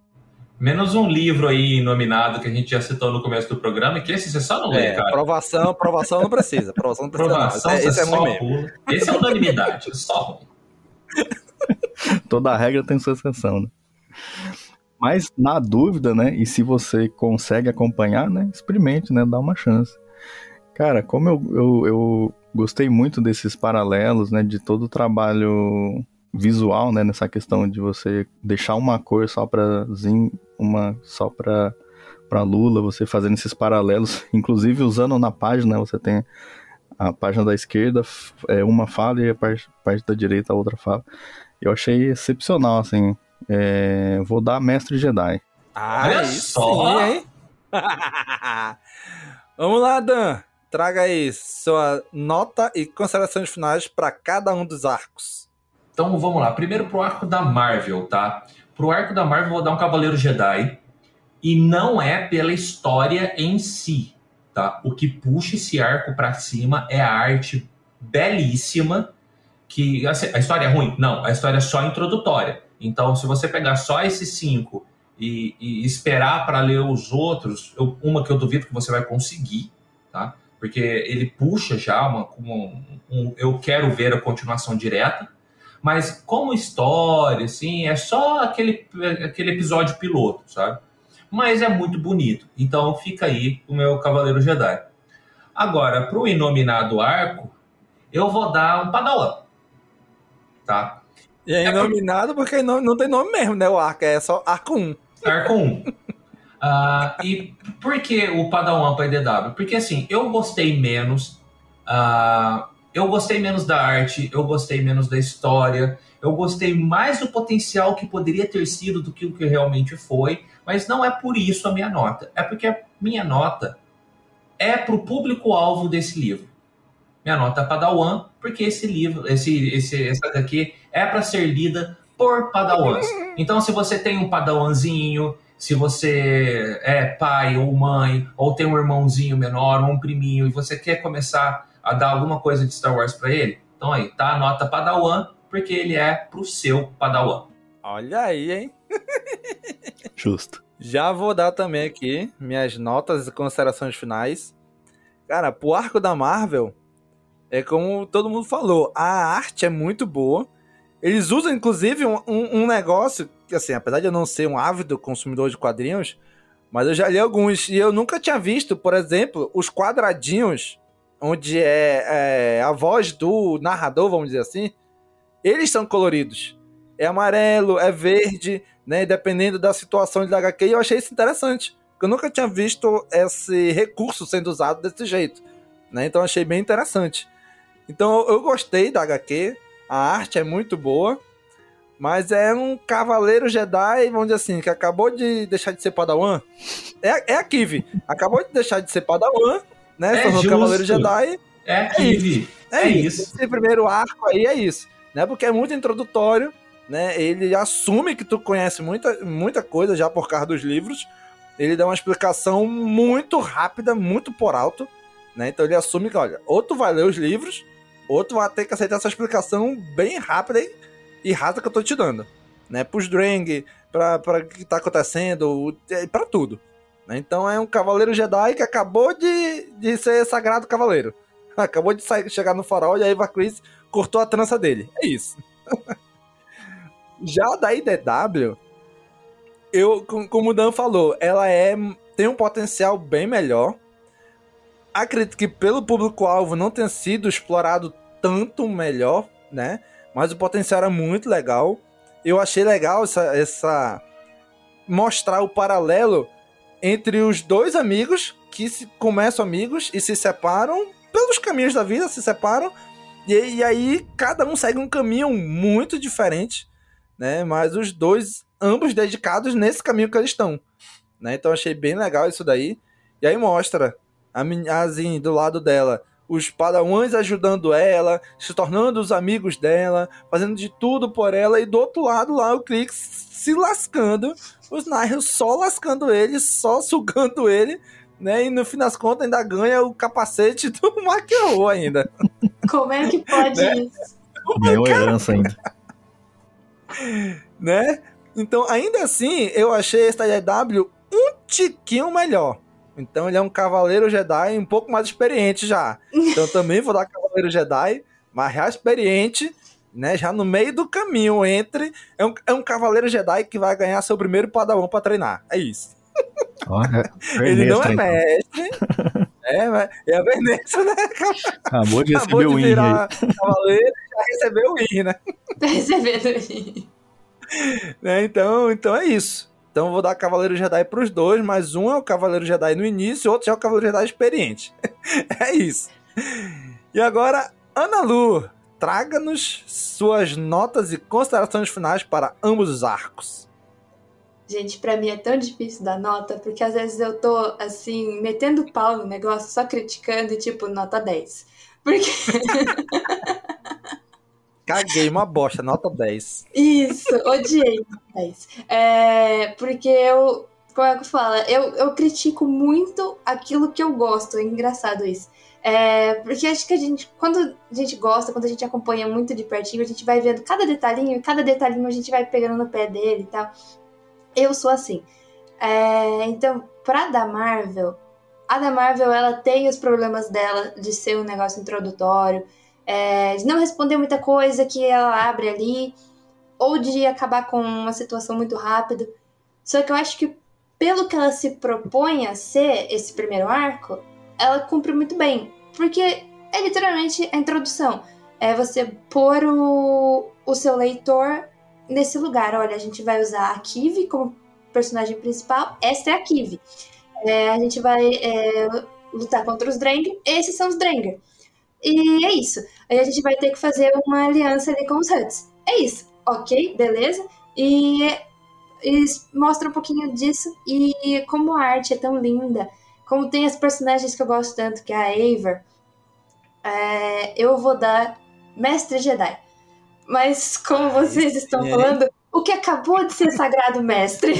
Menos um livro aí nominado que a gente já citou no começo do programa, e que esse você só não lê, cara. Aprovação não precisa. Aprovação não precisa. Aprovação, esse é só pula. Esse é unanimidade, só ruim. Toda regra tem sua exceção, né? Mas, na dúvida, né, e se você consegue acompanhar, né, experimente, né, dá uma chance. Cara, como eu gostei muito desses paralelos, né, de todo o trabalho visual, né, nessa questão de você deixar uma cor só pra Zin, uma só pra Lula, você fazendo esses paralelos, inclusive usando na página, você tem a página da esquerda, uma fala, e a parte da direita a outra fala. Eu achei excepcional, assim. Vou dar Mestre Jedi. Olha só! Sim, hein? Vamos lá, Dan. Traga aí sua nota e considerações finais para cada um dos arcos. Então vamos lá. Primeiro pro arco da Marvel, tá? Pro arco da Marvel eu vou dar um Cavaleiro Jedi. E não é pela história em si, tá? O que puxa esse arco pra cima é a arte belíssima. Que a história é ruim? Não, a história é só introdutória. Então, se você pegar só esses 5 e esperar para ler os outros, uma que eu duvido que você vai conseguir, tá? Porque ele puxa já eu quero ver a continuação direta, mas como história, assim, é só aquele episódio piloto, sabe? Mas é muito bonito. Então, fica aí o meu Cavaleiro Jedi. Agora, pro inominado arco, eu vou dar um Padawan. Tá? E é inominado porque não tem nome mesmo, né? O arco é só Arco 1. Arco 1. E por que o Padawan para IDW? Porque assim, eu gostei menos da arte, eu gostei menos da história, eu gostei mais do potencial que poderia ter sido do que o que realmente foi, mas não é por isso a minha nota. É porque a minha nota é pro público-alvo desse livro. Minha nota é Padawan, porque esse livro, essa HQ é para ser lida por Padawans. Então, se você tem um Padawanzinho, se você é pai ou mãe, ou tem um irmãozinho menor, ou um priminho, e você quer começar a dar alguma coisa de Star Wars para ele, então aí, tá a nota Padawan, porque ele é pro seu Padawan. Olha aí, hein? Justo. Já vou dar também aqui minhas notas e considerações finais. Cara, pro arco da Marvel, é como todo mundo falou, a arte é muito boa. Eles usam, inclusive, um negócio que, assim, apesar de eu não ser um ávido consumidor de quadrinhos, mas eu já li alguns, e eu nunca tinha visto, por exemplo, os quadradinhos, onde é a voz do narrador, vamos dizer assim, eles são coloridos. É amarelo, é verde, né, dependendo da situação da HQ, e eu achei isso interessante, porque eu nunca tinha visto esse recurso sendo usado desse jeito, né, então eu achei bem interessante. Então eu gostei da HQ, a arte é muito boa, mas é um cavaleiro Jedi, vamos dizer assim, que acabou de deixar de ser Padawan. É a Kivi. Acabou de deixar de ser Padawan, né? Tornou cavaleiro Jedi. É a Kivi. É isso. Esse primeiro arco aí é isso. Né? Porque é muito introdutório, né? Ele assume que tu conhece muita coisa já por causa dos livros. Ele dá uma explicação muito rápida, muito por alto. Né? Então ele assume que, olha, ou tu vai ler os livros, ou tu vai ter que aceitar essa explicação bem rápida e rasa que eu tô te dando, né? Pros Drang, pra o que tá acontecendo, pra tudo. Né? Então é um cavaleiro Jedi que acabou de ser sagrado cavaleiro. Acabou de chegar no farol e a Eva Chris cortou a trança dele. É isso. Já da IDW, como o Dan falou, ela tem um potencial bem melhor. Acredito que pelo público-alvo não tenha sido explorado tanto melhor, né? Mas o potencial era muito legal. Eu achei legal essa mostrar o paralelo entre os dois amigos que começam amigos e se separam pelos caminhos da vida, se separam e aí cada um segue um caminho muito diferente, né? Mas os dois, ambos dedicados nesse caminho que eles estão, né? Então achei bem legal isso daí. E aí mostra a Zin do lado dela, os padawans ajudando ela, se tornando os amigos dela, fazendo de tudo por ela, e do outro lado lá o Krix se lascando, os Nihil só lascando ele, só sugando ele, né? E no fim das contas ainda ganha o capacete do Makio ainda. Como é que pode isso? Ganhou herança ainda. Né? Então, ainda assim, eu achei esse DW um tiquinho melhor. Então ele é um cavaleiro Jedi um pouco mais experiente já. Então também vou dar cavaleiro Jedi, mas já experiente, né? Já no meio do caminho entre... É um cavaleiro Jedi que vai ganhar seu primeiro Padawan pra treinar. É isso. Ele não é mestre. É a Venecia, né? Acabou de receber o win aí. Cavaleiro, já recebeu o win, né? Tá recebendo o win. Né? Então é isso. Então eu vou dar Cavaleiro Jedi pros dois, mas um é o Cavaleiro Jedi no início e o outro já é o Cavaleiro Jedi experiente. É isso. E agora, Ana Lu, traga-nos suas notas e considerações finais para ambos os arcos. Gente, pra mim é tão difícil dar nota, porque às vezes eu tô, assim, metendo pau no negócio, só criticando e tipo, nota 10. Porque... Caguei, uma bosta, nota 10. Isso, odiei nota 10. Porque como é que eu falo? Eu critico muito aquilo que eu gosto, é engraçado isso. Porque acho que quando a gente gosta, quando a gente acompanha muito de pertinho, a gente vai vendo cada detalhinho, e cada detalhinho a gente vai pegando no pé dele e tal. Eu sou assim. Então, a da Marvel, ela tem os problemas dela de ser um negócio introdutório, de não responder muita coisa que ela abre ali, ou de acabar com uma situação muito rápido. Só que eu acho que pelo que ela se propõe a ser esse primeiro arco, ela cumpre muito bem. Porque é literalmente a introdução. É você pôr o seu leitor nesse lugar. Olha, a gente vai usar a Kivi como personagem principal. Essa é a Kivi. A gente vai lutar contra os Dranger. Esses são os Dranger. E é isso. Aí a gente vai ter que fazer uma aliança ali com os Hutts. É isso. Ok, beleza. E mostra um pouquinho disso. E como a arte é tão linda, como tem as personagens que eu gosto tanto, que é a Eivor, eu vou dar Mestre Jedi. Mas como vocês estão falando, o que acabou de ser Sagrado Mestre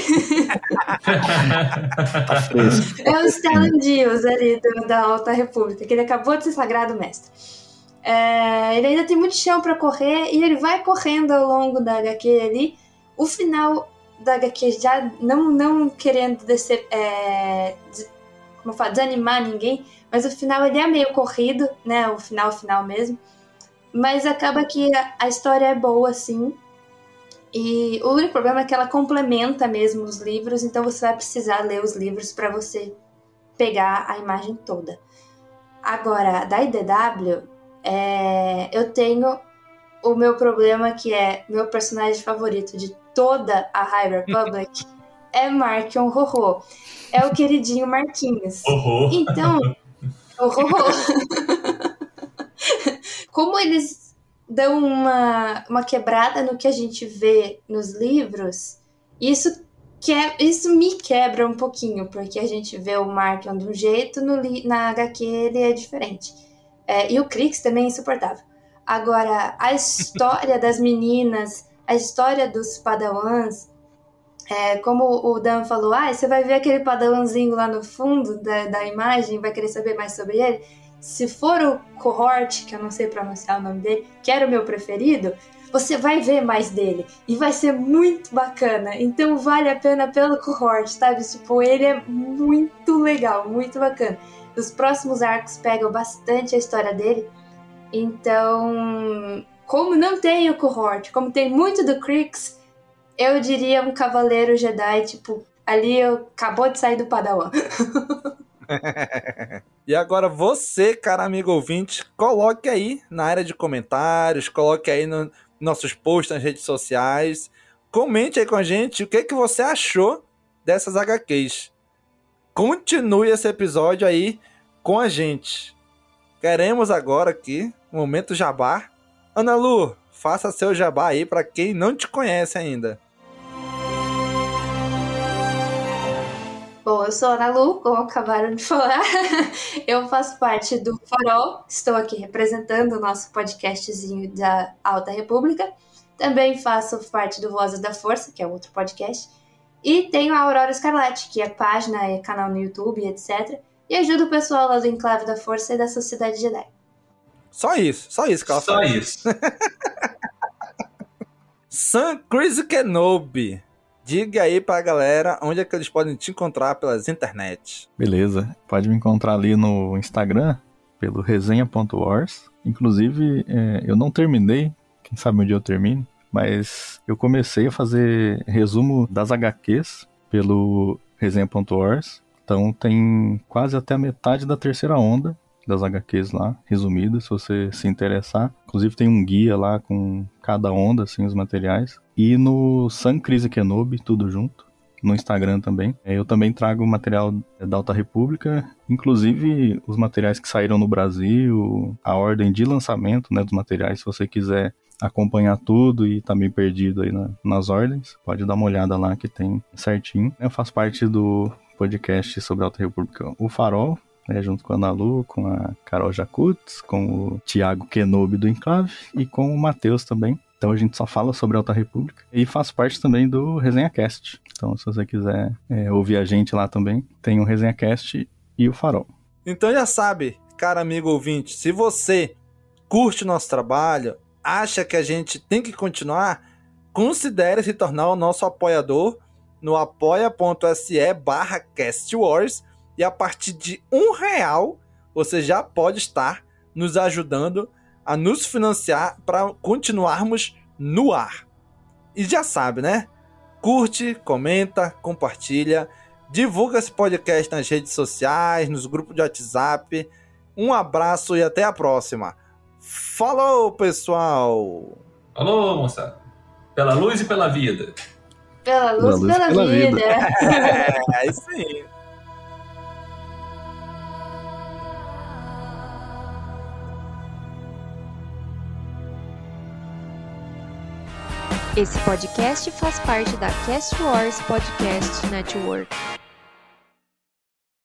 é o Stellan Dios ali da Alta República, que ele acabou de ser Sagrado Mestre. Ele ainda tem muito chão pra correr e ele vai correndo ao longo da HQ ali. O final da HQ já não querendo desanimar ninguém, mas o final ele é meio corrido, né? O final mesmo. Mas acaba que a história é boa, sim. E o único problema é que ela complementa mesmo os livros, então você vai precisar ler os livros para você pegar a imagem toda. Agora, da IDW, eu tenho o meu problema, que é meu personagem favorito de toda a High Republic é Marchion Ro-Ro. É o queridinho Marquinhos. Então, como eles dão uma quebrada no que a gente vê nos livros, isso me quebra um pouquinho, porque a gente vê o Marchion de um jeito, na HQ ele é diferente. E o Crix também é insuportável. Agora, a história das meninas, a história dos padawans, como o Dan falou, você vai ver aquele padawanzinho lá no fundo da imagem, vai querer saber mais sobre ele. Se for o Cohort, que eu não sei pronunciar o nome dele, que era o meu preferido, você vai ver mais dele. E vai ser muito bacana. Então vale a pena pelo Cohort, sabe? Tipo, ele é muito legal, muito bacana. Os próximos arcos pegam bastante a história dele. Então, como não tem o Cohort, como tem muito do Crix, eu diria um Cavaleiro Jedi, tipo, ali acabou de sair do Padawan. E agora você, cara amigo ouvinte, coloque aí na área de comentários, coloque aí nos nossos posts nas redes sociais, comente aí com a gente o que você achou dessas HQs. Continue esse episódio aí com a gente. Queremos agora aqui, momento jabá. Ana Lu, faça seu jabá aí para quem não te conhece ainda. Bom, eu sou a Ana Lu, como acabaram de falar. Eu faço parte do Farol, estou aqui representando o nosso podcastzinho da Alta República. Também faço parte do Vozes da Força, que é outro podcast. E tenho a Aurora Escarlate, que é página, canal no YouTube, etc. E ajudo o pessoal lá do Enclave da Força e da Sociedade Jedi. Só isso que ela faz. Só isso. Sam Crazy Kenobi. Diga aí pra galera onde é que eles podem te encontrar pelas internet. Beleza, pode me encontrar ali no Instagram, pelo resenha.wars. Inclusive, eu não terminei, quem sabe um dia eu termine, mas eu comecei a fazer resumo das HQs pelo resenha.wars. Então tem quase até a metade da terceira onda das HQs lá, resumidas, se você se interessar. Inclusive tem um guia lá com cada onda, assim, os materiais. E no Sam Crazy Kenobi, tudo junto, no Instagram também. Eu também trago material da Alta República, inclusive os materiais que saíram no Brasil, a ordem de lançamento, né, dos materiais, se você quiser acompanhar tudo e tá meio perdido aí nas ordens, pode dar uma olhada lá que tem certinho. Eu faço parte do podcast sobre a Alta República, o Farol, junto com a Ana Lu, com a Carol Jacutz, com o Thiago Kenobi do Enclave e com o Matheus também. Então a gente só fala sobre a Alta República. E faço parte também do ResenhaCast. Então se você quiser ouvir a gente lá também, tem o ResenhaCast e o Farol. Então já sabe, cara amigo ouvinte, se você curte o nosso trabalho, acha que a gente tem que continuar, considere se tornar o nosso apoiador no apoia.se/castwars. E a partir de R$1 você já pode estar nos ajudando a nos financiar para continuarmos no ar. E já sabe, né? Curte, comenta, compartilha, divulga esse podcast nas redes sociais, nos grupos de WhatsApp. Um abraço e até a próxima. Falou, pessoal! Falou, moçada! Pela luz e pela vida! Pela luz e pela vida! É isso aí! Esse podcast faz parte da Cast Wars Podcast Network.